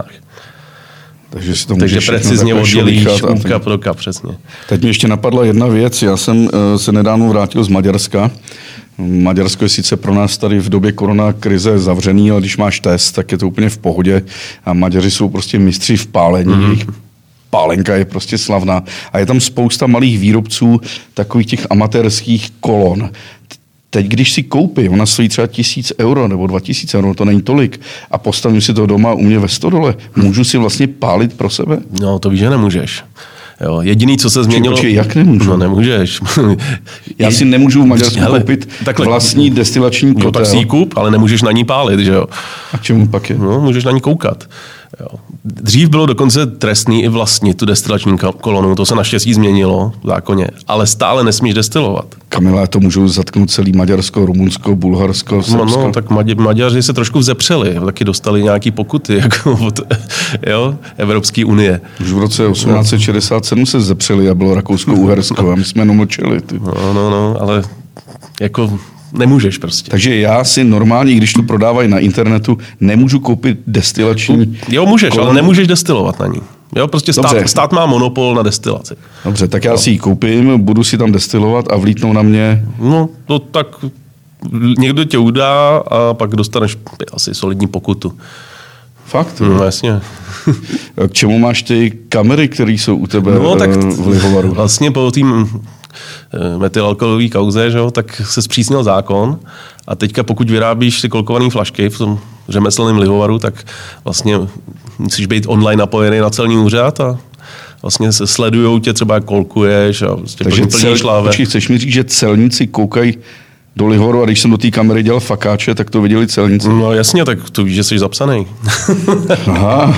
Takže precizně oddělíš úka pro kap, přesně. Teď mi ještě napadla jedna věc. Já jsem se nedávno vrátil z Maďarska. Maďarsko je sice pro nás tady v době koronakrize zavřený, ale když máš test, tak je to úplně v pohodě. A Maďaři jsou prostě mistři v pálení. Pálenka je prostě slavná. A je tam spousta malých výrobců takových těch amatérských kolon. Teď, když si koupím, ona stojí třeba 1 000 euro nebo 2 000 euro, to není tolik, a postavím si to doma u mě ve stodole, můžu si vlastně pálit pro sebe? No, to víš, že nemůžeš. Jo, jediný, co se změnilo... Jak nemůžu? No, nemůžeš. Já si nemůžu v Maďarsku koupit vlastní destilační kotel. No, tak si ji kup, ale nemůžeš na ní pálit, že jo? A čemu pak je? No, můžeš na ní koukat. Jo. Dřív bylo dokonce trestný i vlastnit tu destilační kolonu, to se naštěstí změnilo v zákoně, ale stále nesmíš destilovat. Kamila, to můžou zatknout celý Maďarsko, Rumunsko, Bulharsko, Srbsko. No, tak Maďaři se trošku vzepřeli, taky dostali nějaký pokuty jako od Evropské unie. Už v roce 1867 se vzepřeli a bylo Rakousko-Uhersko a my jsme jenom mlčeli. No, ale jako... Nemůžeš prostě. Takže já si normálně, když to prodávají na internetu, nemůžu koupit destilační... Jo, můžeš, ale nemůžeš destilovat na ní. Jo, prostě stát má monopol na destilaci. Dobře, tak já si ji koupím, budu si tam destilovat a vlítnou na mě... No, to tak někdo tě udá a pak dostaneš asi solidní pokutu. Fakt? No, jasně. K čemu máš ty kamery, které jsou u tebe v Lihovaru? Vlastně po tým metylalkoholový kauze, že jo, tak se zpřísnil zákon a teďka pokud vyrábíš ty kolkované flašky v tom řemeslném Lihovaru, tak vlastně musíš být online napojený na celní úřad a vlastně se sledujou tě třeba, jak kolkuješ a prostě plníš láve. Počkej, chceš mi říct, že celníci koukají do Lihovaru a když jsem do té kamery dělal fakáče, tak to viděli celníci? No jasně, tak to víš, že jsi zapsaný. Aha.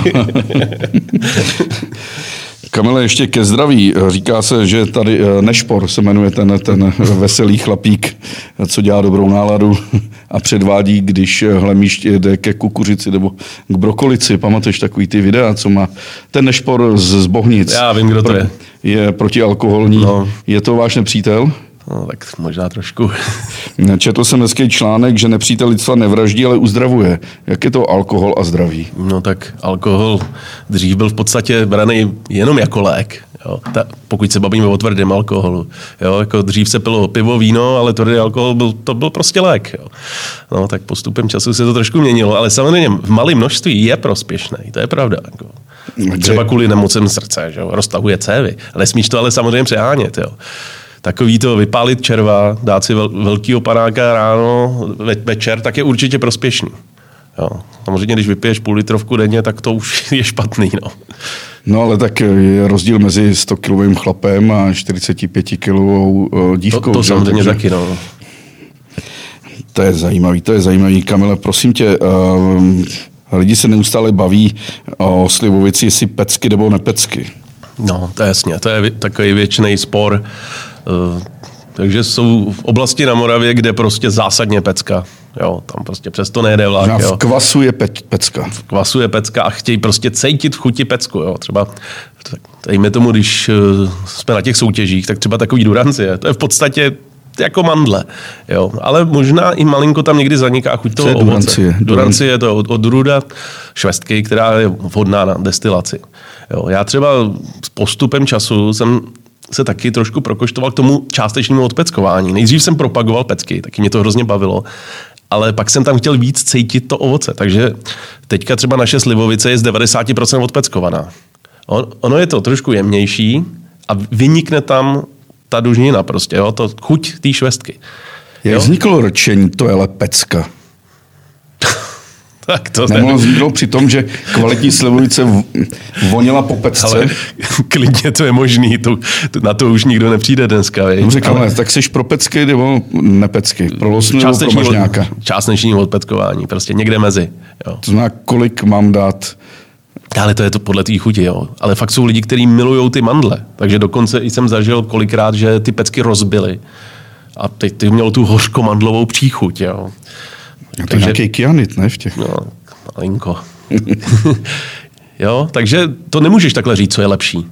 Kamile, ještě ke zdraví. Říká se, že tady Nešpor se jmenuje ten veselý chlapík, co dělá dobrou náladu a předvádí, když hlemíš jde ke kukuřici nebo k brokolici. Pamatuješ takový ty videa, co má ten Nešpor z Bohnic? Já vím, kdo to je. Je protialkoholní. No. Je to váš nepřítel? No, tak možná trošku. Četl jsem hezký článek, že nepřítel lidstva nevraždí, ale uzdravuje. Jak je to alkohol a zdraví? No tak alkohol dřív byl v podstatě braný jenom jako lék. Jo. Pokud se bavíme o tvrdém alkoholu. Jo. Jako dřív se pilo pivo, víno, ale tvrdý alkohol byl prostě lék. Jo. No, tak postupem času se to trošku měnilo, ale samozřejmě v malém množství je prospěšný. To je pravda. Jako. Třeba kvůli nemocem srdce, že jo. Roztahuje cévy. Nesmíš to ale samozřejmě přehánět. Jo. Takový to vypálit červa, dát si velkýho panáka ráno, večer, tak je určitě prospěšný. Jo. Samozřejmě, když vypiješ půl litrovku denně, tak to už je špatný. No ale tak je rozdíl mezi 100-kilovým chlapem a 45-kilovou dívkou. To samozřejmě taky, no. To je zajímavý. Kamile, prosím tě, lidi se neustále baví o slivovici, jestli pecky nebo nepecky. No, to je jasně, to je takový věčný spor. Takže jsou v oblasti na Moravě, kde prostě zásadně pecka. Jo, tam prostě přesto nejede vlak. V kvasu je pecka. V kvasu je pecka a chtějí prostě cítit v chuti pecku. Jo. Třeba, dejme tomu, když jsme na těch soutěžích, tak třeba takový durancie. To je v podstatě jako mandle. Jo. Ale možná i malinko tam někdy zaniká chuť toho ovoce. Durancie je to odrůda švestky, která je vhodná na destilaci. Jo. Já třeba s postupem času jsem se taky trošku prokoštoval k tomu částečnému odpeckování. Nejdřív jsem propagoval pecky, taky mě to hrozně bavilo, ale pak jsem tam chtěl víc cítit to ovoce. Takže teďka třeba naše slivovice je z 90% odpeckovaná. Ono je to trošku jemnější a vynikne tam ta dužnina prostě, jo, to chuť té švestky. Jak vzniklo rčení, to je ale pecka? Tak to nemohlo vzniknout při tom, že kvalitní slivovice vonila po pecce. Ale klidně to je možný, na to už nikdo nepřijde dneska. Dobře, ale tak jsi pro pecky nebo nepecky? Pro losnu nebo pro mažňáka? Částečný odpeckování, prostě někde mezi. Jo. To znamená, kolik mám dát? Ale to je to podle té chuti, jo. Ale fakt jsou lidi, kteří milujou ty mandle. Takže dokonce jsem zažil kolikrát, že ty pecky rozbily. A teď ty měl tu hořkomandlovou příchuť, jo. To je nějaký kyanit, ne, v těch? No, malinko. Jo, takže to nemůžeš takhle říct, co je lepší.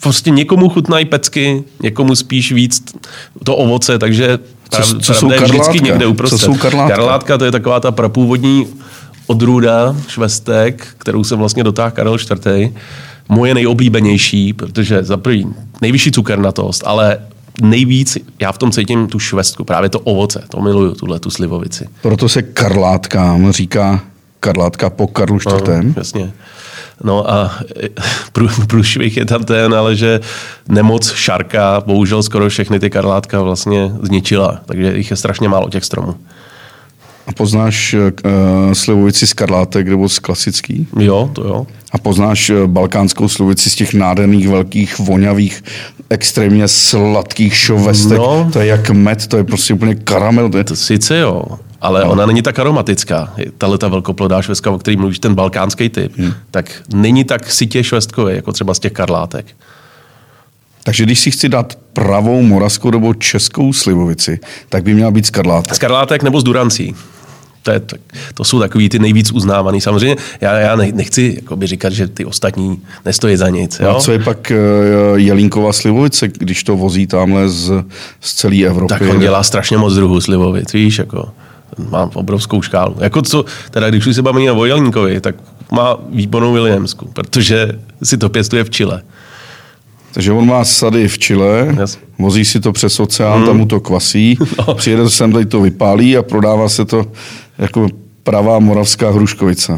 prostě někomu chutnají pecky, někomu spíš víc to ovoce, takže co je vždycky někde uprostřed. Co jsou karlátka? Karlátka, to je taková ta prapůvodní odrůda švestek, kterou jsem vlastně dotáhl Karel IV. Moje nejoblíbenější, protože za první nejvyšší cukernatost, ale nejvíc já v tom cítím tu švestku, právě to ovoce, to miluju, tu slivovici. Proto se karlátkám říká karlátka po Karlu IV. No, jasně. No a průšvih je tam ten, ale že nemoc šarka bohužel skoro všechny ty karlátka vlastně zničila, takže jich je strašně málo těch stromů. A poznáš slivovici z karlátek nebo z klasický? Jo, to jo. A poznáš balkánskou slivovici z těch nádherných, velkých, vonavých, extrémně sladkých šovestek? No. To je jak med, to je prostě úplně karamel. To sice jo, ale ona není tak aromatická. Tahleta velkoplodá švestka, o který mluvíš, ten balkánský typ, tak není tak sytě švestkový, jako třeba z těch karlátek. Takže když si chci dát pravou moravskou nebo českou slivovici, tak by měla být z karlátek. Z karlátek nebo z durancí. To jsou takový ty nejvíc uznávaný. Samozřejmě já nechci jakoby říkat, že ty ostatní nestojí za nic. Jo? A co je pak jelínková slivovice, když to vozí tamhle z celé Evropy? Tak on dělá strašně moc druhů slivovic, víš, jako mám obrovskou škálu. Jako co, teda když už se bavíme o jelínkovi, tak má výbornou Williamsku, protože si to pěstuje v Chile. Takže on má sady v Chile, vozí si to přes oceán, tam mu to kvasí, přijede sem, tady to vypálí a prodává se to jako pravá moravská hruškovice.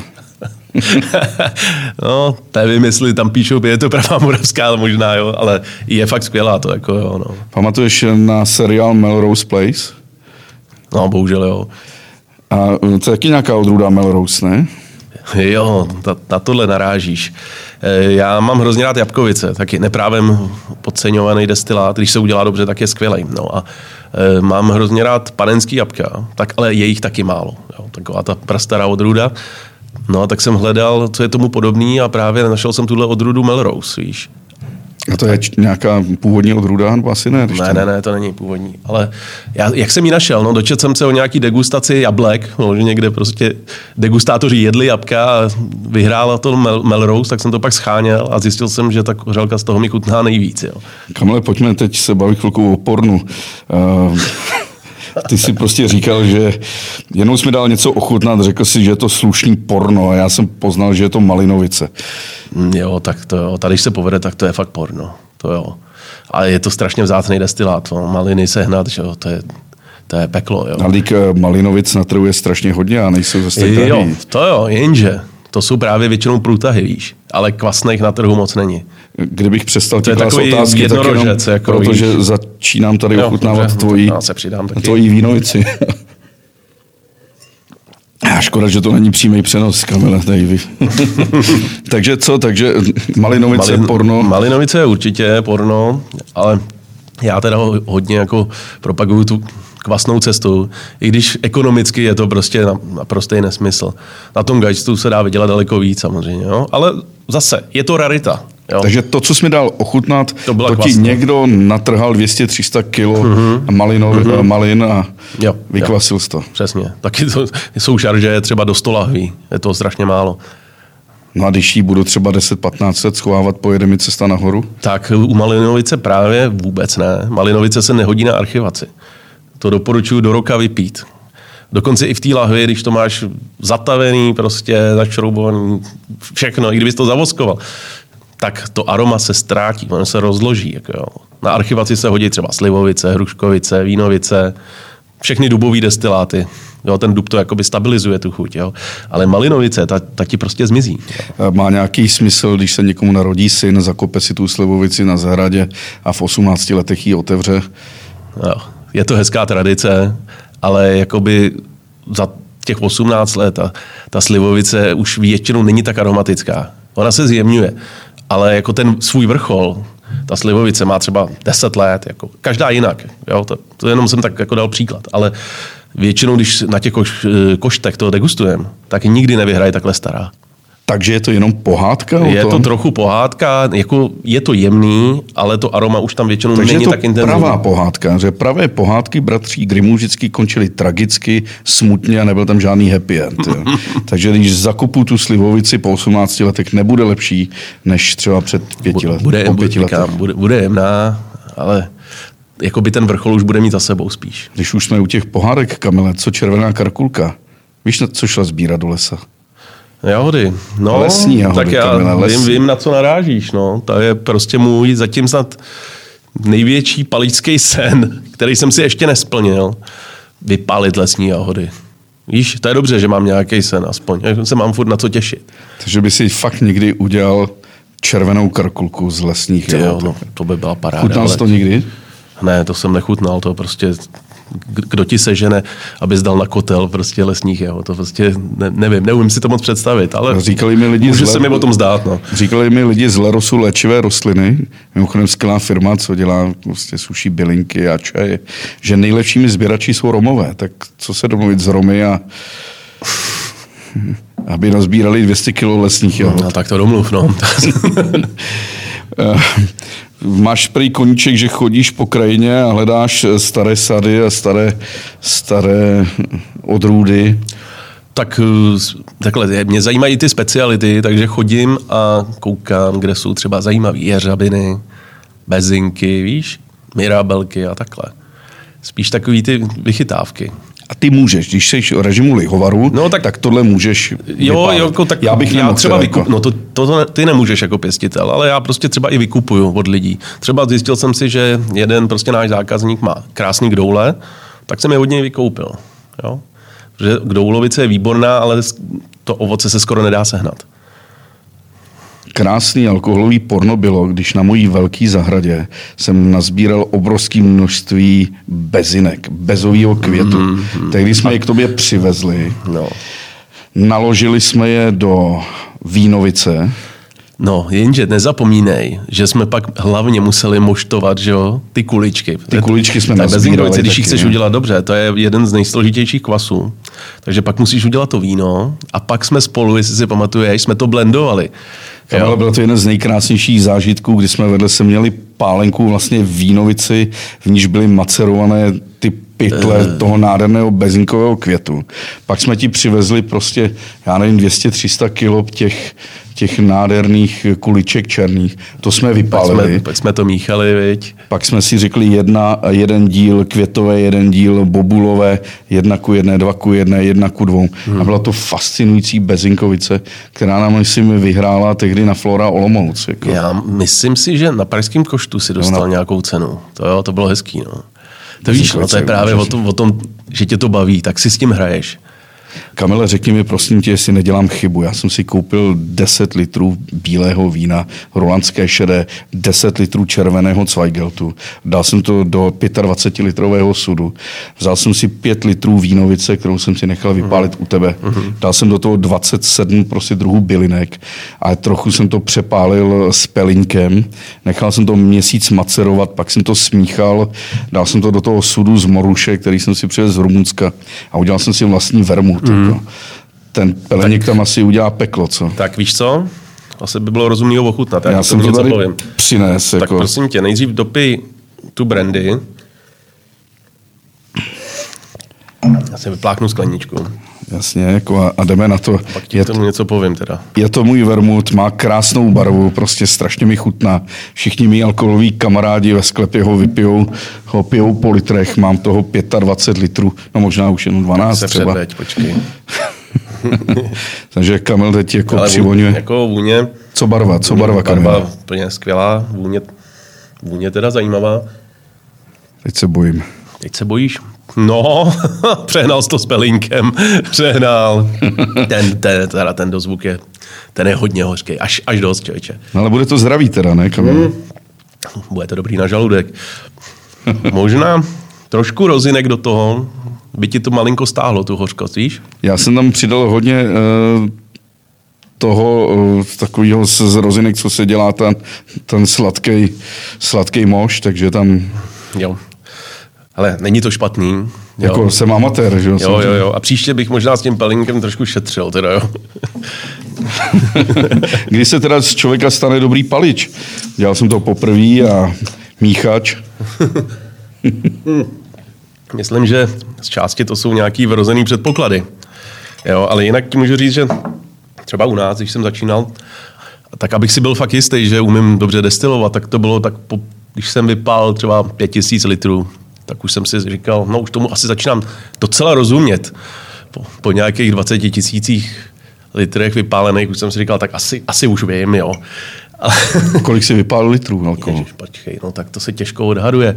No, nevím, jestli tam píšou, je to pravá moravská, ale možná jo, ale je fakt skvělá to, jako jo, no. Pamatuješ na seriál Melrose Place? No, bohužel jo. A to je taky nějaká odrůda Melrose, ne? Jo, na tohle narážíš. Já mám hrozně rád jabkovice, taky neprávem podceňovaný destilát, když se udělá dobře, tak je skvělej. No a mám hrozně rád panenský jabka, tak ale je jich taky málo. Jo, taková ta prastará odrůda. No a tak jsem hledal, co je tomu podobný a právě našel jsem tuhle odrůdu Melrose, víš. A to je nějaká původní odrůda, nebo asi ne? Ne, to není původní. Ale jak jsem ji našel? No, dočetl jsem se o nějaký degustaci jablek, no, že někde prostě degustátoři jedli jabka a vyhrála to Melrose, tak jsem to pak scháněl a zjistil jsem, že ta kořelka z toho mi chutná nejvíc. Jo. Kamile, pojďme teď se bavit chvilku o pornu. Ty si prostě říkal, že jenom jsi mi dal něco ochutnat, řekl si, že je to slušný porno a já jsem poznal, že je to malinovice. Jo, tak to jo. Tady, když se povede, tak to je fakt porno. To jo. A je to strašně vzácný destilát. No. Maliny sehnat, že jo, to je peklo. Jo. A dík malinovic na trhu je strašně hodně a nejsou zase tak drahý. Jo, to jo, jenže to jsou právě většinou průtahy, víš. Ale kvasných na trhu moc není. Kdybych přestal ti klást otázky, tak jenom jako protože víš. Začínám tady ochutnávat tvojí vínovici. Škoda, že to není přímý přenos, Kamile. Takže co? Takže malinovice, porno? Malinovice je určitě porno, ale já teda hodně jako propaguju tu kvasnou cestu, i když ekonomicky je to prostě naprostý nesmysl. Na tom gajstu se dá vydělat daleko víc samozřejmě, jo? Ale zase, je to rarita. Jo? Takže to, co jsi mi dal ochutnat, to ti někdo natrhal 200-300 kilo malin a vykvasil jsi to. Přesně. Taky to jsou šarže třeba do 100 lahví. Je to strašně málo. No a když jí budu třeba 10-15 let schovávat, pojede mi cesta nahoru? Tak u malinovice právě vůbec ne. Malinovice se nehodí na archivaci. To doporučuji do roka vypít. Dokonce i v té lahvi, když to máš zatavený, prostě začroubovaný, všechno, i kdybys to zavoskoval, tak to aroma se ztrátí, ono se rozloží. Jako jo. Na archivaci se hodí třeba slivovice, hruškovice, vínovice, všechny dubové destiláty. Jo, ten dub to jakoby stabilizuje tu chuť. Jo. Ale malinovice, ta ti prostě zmizí. Jo. Má nějaký smysl, když se někomu narodí syn, zakope si tu slivovici na zahradě a v 18 letech ji otevře? Jo. Je to hezká tradice, ale jakoby za těch 18 let ta slivovice už většinou není tak aromatická. Ona se zjemňuje, ale jako ten svůj vrchol, ta slivovice má třeba 10 let, jako každá jinak. Jo? To jenom jsem tak jako dal příklad. Ale většinou, když na těch koštech to degustujeme, tak nikdy nevyhraje takhle stará. Takže je to jenom pohádka? Je to trochu pohádka, jako je to jemný, ale to aroma už tam většinou takže není je to tak intenzivní. pravá pohádka, že pravé pohádky bratří Grimmů vždycky končily tragicky, smutně a nebyl tam žádný happy end. Jo. Takže když zakupu tu slivovici po 18 letech, nebude lepší, než třeba před 5 lety. Bude jemná, ale jako by ten vrchol už bude mít za sebou spíš. Když už jsme u těch pohádek, Kamile, co červená karkulka? Víš, na co šla sbírat do lesa? Jahody. No, lesní jahody, tak já Kamile, vím, na co narážíš. No. To je prostě můj zatím snad největší paličský sen, který jsem si ještě nesplnil. Vypálit lesní jahody. Víš, to je dobře, že mám nějaký sen aspoň. Já se mám furt na co těšit. Takže by si fakt někdy udělal červenou karkulku z lesních jahod. No, to by byla paráda. Chutnal jsi to nikdy? Ne, to jsem nechutnal, to prostě, kdo ti sežene, aby zdal na kotel prostě lesních jahod, to prostě nevím si to moc představit, ale říkali mi lidi může se mi o tom zdát. No. Říkali mi lidi z Lerosu léčivé rostliny, mimochodem skvělá firma, co dělá, prostě suší bylinky a čaj, že nejlepšími sběrači jsou Romové, tak co se domluvit s Romy a aby nazbírali 200 kilo lesních jahod. No, tak to domluv, no. Máš prý koníček, že chodíš po krajině a hledáš staré sady a staré odrůdy. Tak takhle, mě zajímají ty speciality, takže chodím a koukám, kde jsou třeba zajímavé jeřabiny, bezinky, víš, mirabelky a takhle. Spíš takový ty vychytávky. A ty můžeš, když jsi o režimu lihovaru, no, tak tohle můžeš vypálit. Tak já bych třeba ty nemůžeš jako pěstitel, ale já prostě třeba i vykupuju od lidí. Třeba zjistil jsem si, že jeden prostě náš zákazník má krásný kdoule, tak jsem je od něj vykoupil. Jo? Protože kdoulovice je výborná, ale to ovoce se skoro nedá sehnat. Krásný alkoholový porno bylo, když na mojí velké zahradě jsem nazbíral obrovské množství bezinek, bezového květu. Tehdy jsme je k tobě přivezli, naložili jsme je do vínovice. No, jenže nezapomínej, že jsme pak hlavně museli moštovat, že jo, ty kuličky. Ty kuličky jsme nazbírali. Když ji chceš udělat dobře, to je jeden z nejsložitějších kvasů. Takže pak musíš udělat to víno a pak jsme spolu, jestli si pamatuješ, jsme to blendovali. Kamila, byl to jeden z nejkrásnějších zážitků, kdy jsme vedle se měli pálenku vlastně v vínovici, v níž byly macerované ty pytle toho nádherného bezinkového květu. Pak jsme ti přivezli prostě, já nevím, 200-300 kilo těch nádherných kuliček černých. To jsme vypálili. Pak jsme to míchali, viď? Pak jsme si řekli jeden díl květové, jeden díl bobulové, 1:1, 2:1, 1:2. A byla to fascinující bezinkovice, která nám, myslím, vyhrála tehdy na Flora Olomouc. Jako. Já myslím si, že na pražském koštu si dostal nějakou cenu. To bylo hezký, no. To víš, to je právě o tom, že tě to baví, tak si s tím hraješ. Kamile, řekni mi prosím tě, jestli nedělám chybu. Já jsem si koupil 10 litrů bílého vína, rolandské šedé, 10 litrů červeného Zweigeltu. Dal jsem to do 25-litrového sudu. Vzal jsem si 5 litrů vínovice, kterou jsem si nechal vypálit u tebe. Dal jsem do toho 27 prostě druhů bylinek a trochu jsem to přepálil s pelínkem. Nechal jsem to měsíc macerovat, pak jsem to smíchal, dal jsem to do toho sudu z moruše, který jsem si přivez z Rumunska a udělal jsem si vlastní vermut. Ten peleník tam asi udělá peklo, co? Tak víš co? Asi by bylo rozumný ho ochutnat. Já jsem to tady přines. Tak prosím tě, nejdřív dopij tu brandy. Já si vypláchnu skleničku. Jasně, jako a jdeme na to. Pak ti tomu něco povím teda. Je to můj vermut, má krásnou barvu, prostě strašně mi chutná. Všichni mý alkoholoví kamarádi ve sklepě ho pijou po litrech, mám toho 25 litrů, no možná už jenom 12 tak se třeba. Předveď, počkej. Takže Kamil teď jako přivoňuje. Jako vůně. Co barva, Kamil? Barva úplně skvělá, vůně teda zajímavá. Teď se bojím. Teď se bojíš? No, přehnal jsi to s pelínkem. Přehnal. Ten dozvuk ten je hodně hořký. Až dost, člověče. No, ale bude to zdravý teda, ne, Kamil? Bude to dobrý na žaludek. Možná trošku rozinek do toho, by ti to malinko stáhlo, tu hořkost, víš? Já jsem tam přidal hodně toho takového z rozinek, co se dělá ten sladký moš, takže tam... Jo. Ale není to špatný. Jo. Jako jsem amatér, že jo? Jo. A příště bych možná s tím pelínkem trošku šetřil, teda jo. Kdy se teda z člověka stane dobrý palič? Dělal jsem to poprvé a míchač. Myslím, že z části to jsou nějaký vrozený předpoklady. Jo, ale jinak ti můžu říct, že třeba u nás, když jsem začínal, tak abych si byl fakt jistý, že umím dobře destilovat, tak to bylo tak, když jsem vypál třeba 5000 litrů, tak už jsem si říkal, no už tomu asi začínám docela rozumět. Po nějakých 20 000 litrech vypálených už jsem si říkal, tak asi už vím, jo. Ale... Kolik si vypálil litrů alkoholu? Ježiš, počkej, no tak to se těžko odhaduje.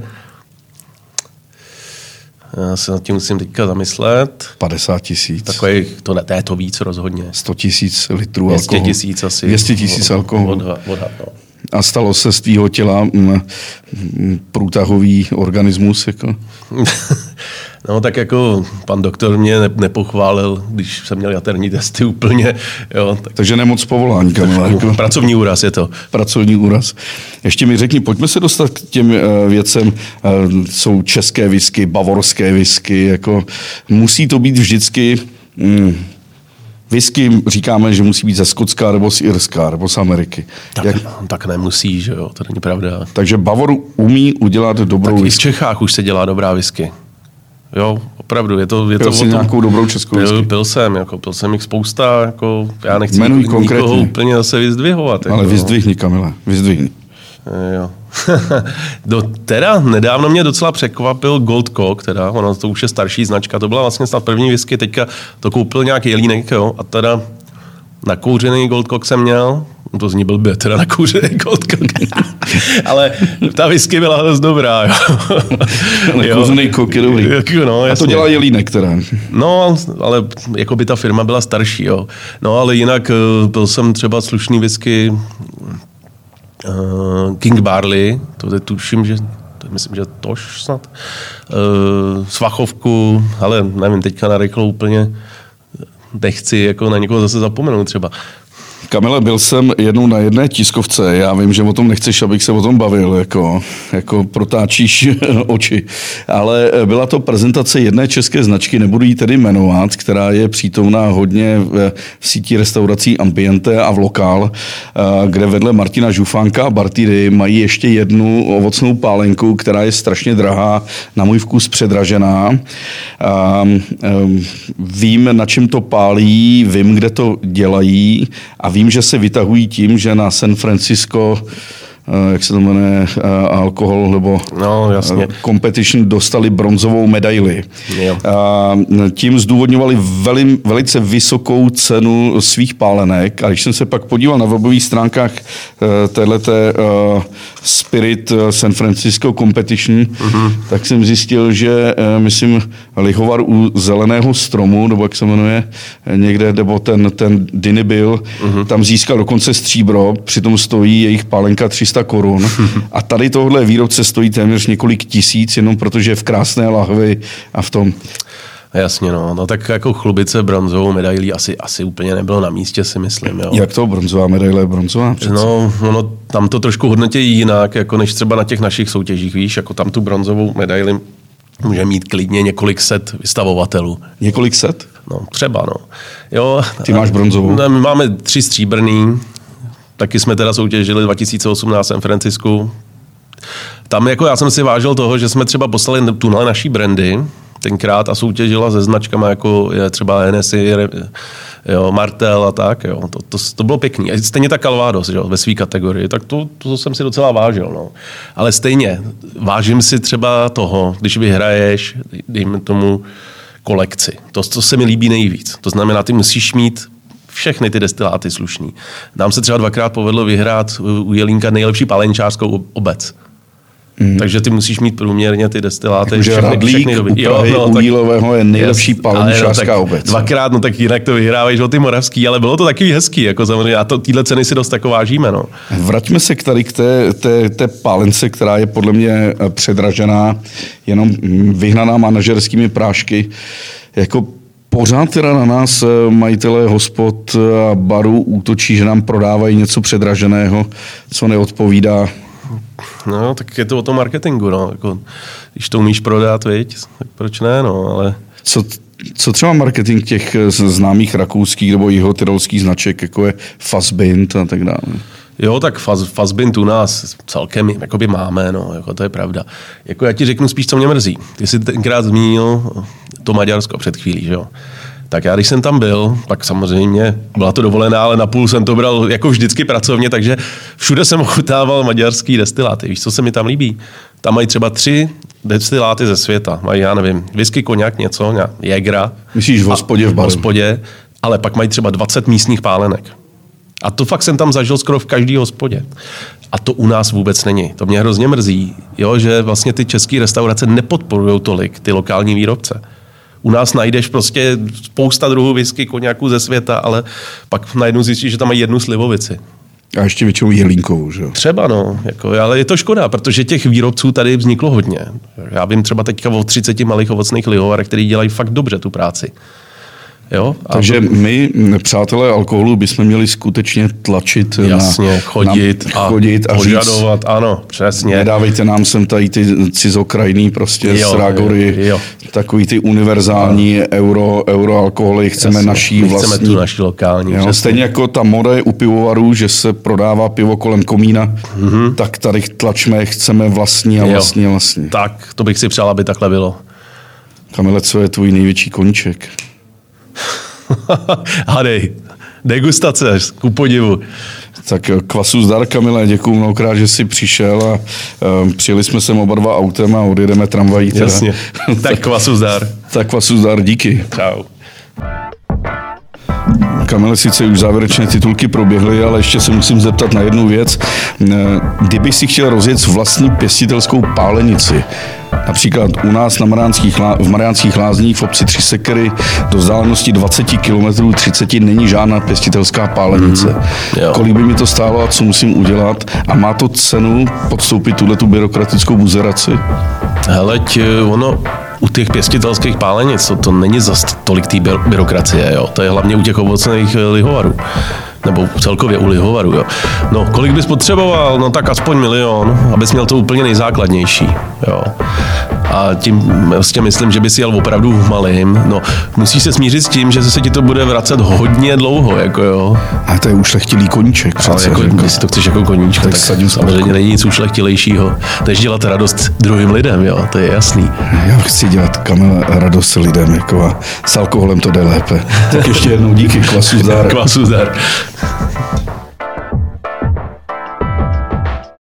Já se nad tím musím teďka zamyslet. 50 000. Takový, to je to víc rozhodně. 100 000 litrů 200 000 alkoholu. asi. 200 000 alkoholu. Odhad, no. A stalo se z tvýho těla průtahový organismus? Jako? No tak jako pan doktor mě nepochválil, když jsem měl jaterní testy úplně. Jo, tak... Takže nemoc povolání, Kamile. Jako... Pracovní úraz je to. Pracovní úraz. Ještě mi řekni, pojďme se dostat k těm věcem. Jsou české whisky, bavorské whisky. Jako, musí to být vždycky... Whisky říkáme, že musí být ze Skotska, nebo z Irska, nebo z Ameriky. Tak nemusí, že jo, to není pravda. Takže Bavor umí udělat dobrou whisky. I v Čechách už se dělá dobrá whisky. Jo, opravdu, je to Pil jsi nějakou dobrou českou whisky? Pil jsem jich spousta, jako, já nechci nikoho úplně zase vyzdvihovat. Ale jako, vyzdvihni, Kamile, vyzdvihni. Jo. Teda nedávno mě docela překvapil Gold Cock, teda, ono to už je starší značka, to byla vlastně snad první whisky, teďka to koupil nějaký Jelínek, jo, a teda nakouřený Gold Cock jsem měl, to zní blbě, teda nakouřený Gold Cock, ale ta whisky byla dost dobrá, jo. Nakouřený Cock je dobrý. No, a to dělá Jelínek teda. No, ale jako by ta firma byla starší, jo. No, ale jinak byl jsem třeba slušný whisky King Barley, to je tuším, že myslím, že tož snad. Svachovku, ale nevím, teďka na rychlo úplně nechci jako na někoho zase zapomenout třeba. Kamile, byl jsem jednou na jedné tiskovce, já vím, že o tom nechceš, abych se o tom bavil, jako protáčíš oči, ale byla to prezentace jedné české značky, nebudu ji tedy jmenovat, která je přítomná hodně v síti restaurací Ambiente a v Lokál, kde vedle Martina Žufánka a Bartiry mají ještě jednu ovocnou pálenku, která je strašně drahá, na můj vkus předražená. Vím, na čem to pálí, vím, kde to dělají a vím, že se vytahují tím, že na San Francisco, jak se to jmenuje, alkohol nebo competition dostali bronzovou medaili. Tím zdůvodňovali velice vysokou cenu svých pálenek a když jsem se pak podíval na webových stránkách téhleté Spirit San Francisco Competition, tak jsem zjistil, že myslím lihovar u zeleného stromu, nebo jak se jmenuje někde, nebo ten Dinibil, tam získal dokonce stříbro, přitom stojí jejich pálenka 300 korun. A tady tohle výrobce stojí téměř několik tisíc, jenom protože je v krásné lahvi a v tom. Jasně, no tak jako chlubit se bronzovou medailí asi úplně nebylo na místě, si myslím. Jo. Jak to bronzová medaile je bronzová? Přece. No, tam to trošku hodnotí jinak, jako než třeba na těch našich soutěžích, víš, jako tam tu bronzovou medaili může mít klidně několik set vystavovatelů. Několik set? No, třeba, no. Jo, ty máš bronzovou? Ne, my máme 3 stříbrný, taky jsme teda soutěžili 2018 v San Francisku. Tam jako já jsem si vážil toho, že jsme třeba poslali tuhle naší brandy tenkrát a soutěžila se značkama, jako je třeba Hennessy, jo, Martel a tak. Jo. To bylo pěkný. A stejně tak Calvados, jo, ve své kategorii. Tak to jsem si docela vážil. No. Ale stejně vážím si třeba toho, když vyhraješ, dejme tomu, kolekci. To se mi líbí nejvíc. To znamená, ty musíš mít všechny ty destiláty slušný. Nám se třeba 2krát povedlo vyhrát u Jelínka nejlepší palenčářskou obec. Takže ty musíš mít průměrně ty destiláty. Takže Radlík u Prahy u Jílového je nejlepší palenčářská obec. 2krát, no tak jinak to vyhrávají o ty moravský, ale bylo to taky hezký, jako samozřejmě. A tyhle ceny si dost jako vážíme. No. Vraťme se k té pálence, která je podle mě předražená, jenom vyhnaná manažerskými prášky. Jako pořád teda na nás majitelé hospod a barů útočí, že nám prodávají něco předraženého, co neodpovídá. No, tak je to o tom marketingu, no. Jako, když to umíš prodat, viď, tak proč ne, no, ale... Co třeba marketing těch známých rakouských nebo jihotyrolských značek, jako je Fassbind a tak dále? Jo, tak Fassbind u nás celkem jakoby máme, no, jako to je pravda. Jako já ti řeknu spíš, co mě mrzí. Ty jsi tenkrát zmínil to Maďarsko před chvílí, že jo? Tak já, když jsem tam byl, tak samozřejmě byla to dovolená, ale napůl jsem to bral jako vždycky pracovně, takže všude jsem ochutával maďarský destiláty. Víš, co se mi tam líbí? Tam mají třeba 3 destiláty ze světa. Mají, já nevím, whisky, koněk, něco, Jägra. Myslíš v hospodě v baru? V hospodě, ale pak mají třeba 20 místních pálenek. A to fakt jsem tam zažil skoro v každý hospodě. A to u nás vůbec není. To mě hrozně mrzí, jo, že vlastně ty české restaurace nepodporují tolik ty lokální výrobce. U nás najdeš prostě spousta druhů whisky, koněků ze světa, ale pak najednou zjistíš, že tam mají jednu slivovici. A ještě většinou jelínkovou, že jo? Třeba, no. Jako, ale je to škoda, protože těch výrobců tady vzniklo hodně. Já vím třeba teďka o 30 malých ovocných lihovarech, který dělají fakt dobře tu práci. Jo? Takže my, přátelé alkoholu, bychom měli skutečně tlačit chodit a požadovat, říct, ano, přesně. Nedávejte nám sem tady ty cizokrajný prostě srágory, takový ty univerzální euroalkoholy, chceme naší vlastní. Chceme tu naší lokální. Jo, stejně jako ta moda je u pivovarů, že se prodává pivo kolem komína, tak tady tlačme, chceme vlastní a vlastní. Tak, to bych si přál, aby takhle bylo. Kamile, co je tvůj největší koníček? Hadej, degustace, ku podivu. Tak kvasu zdar, Kamile, děkuju mnohokrát, že jsi přišel a přijeli jsme sem oba dva autem a odjedeme tramvají. Teda. Jasně, tak kvasu zdar. Tak kvasu zdar, díky. Čau. Kamile, sice už závěrečné titulky proběhly, ale ještě se musím zeptat na jednu věc. Kdyby si chtěl rozjet vlastní pěstitelskou pálenici, například u nás v Mariánských Lázních v obci Tři Sekery do vzdálenosti 20 km 30 není žádná pěstitelská pálenice. Kolik by mi to stálo a co musím udělat? A má to cenu podstoupit tuhletu byrokratickou buzeraci? Heleď, ono u těch pěstitelských pálenic to není zas tolik té byrokracie, jo. To je hlavně u těch ovocných lihovarů. Nebo celkově u lihovaru, jo. No, kolik bys potřeboval? No tak aspoň 1 000 000, abys měl to úplně nejzákladnější, jo. A tím vlastně myslím, že bys jel opravdu v malým. No, musíš se smířit s tím, že se ti to bude vracet hodně dlouho, jako jo. A to je ušlechtilý koníček přece. Jako, když si to chceš jako koníčka, tak samozřejmě není nic ušlechtilejšího. Tež dělat radost druhým lidem, jo, to je jasný. Já chci dělat, Kamile, radost lidem, jako a s alkoholem to jde lépe. Tak ještě jednou díky, kvasu zdar. Kvasu zdar.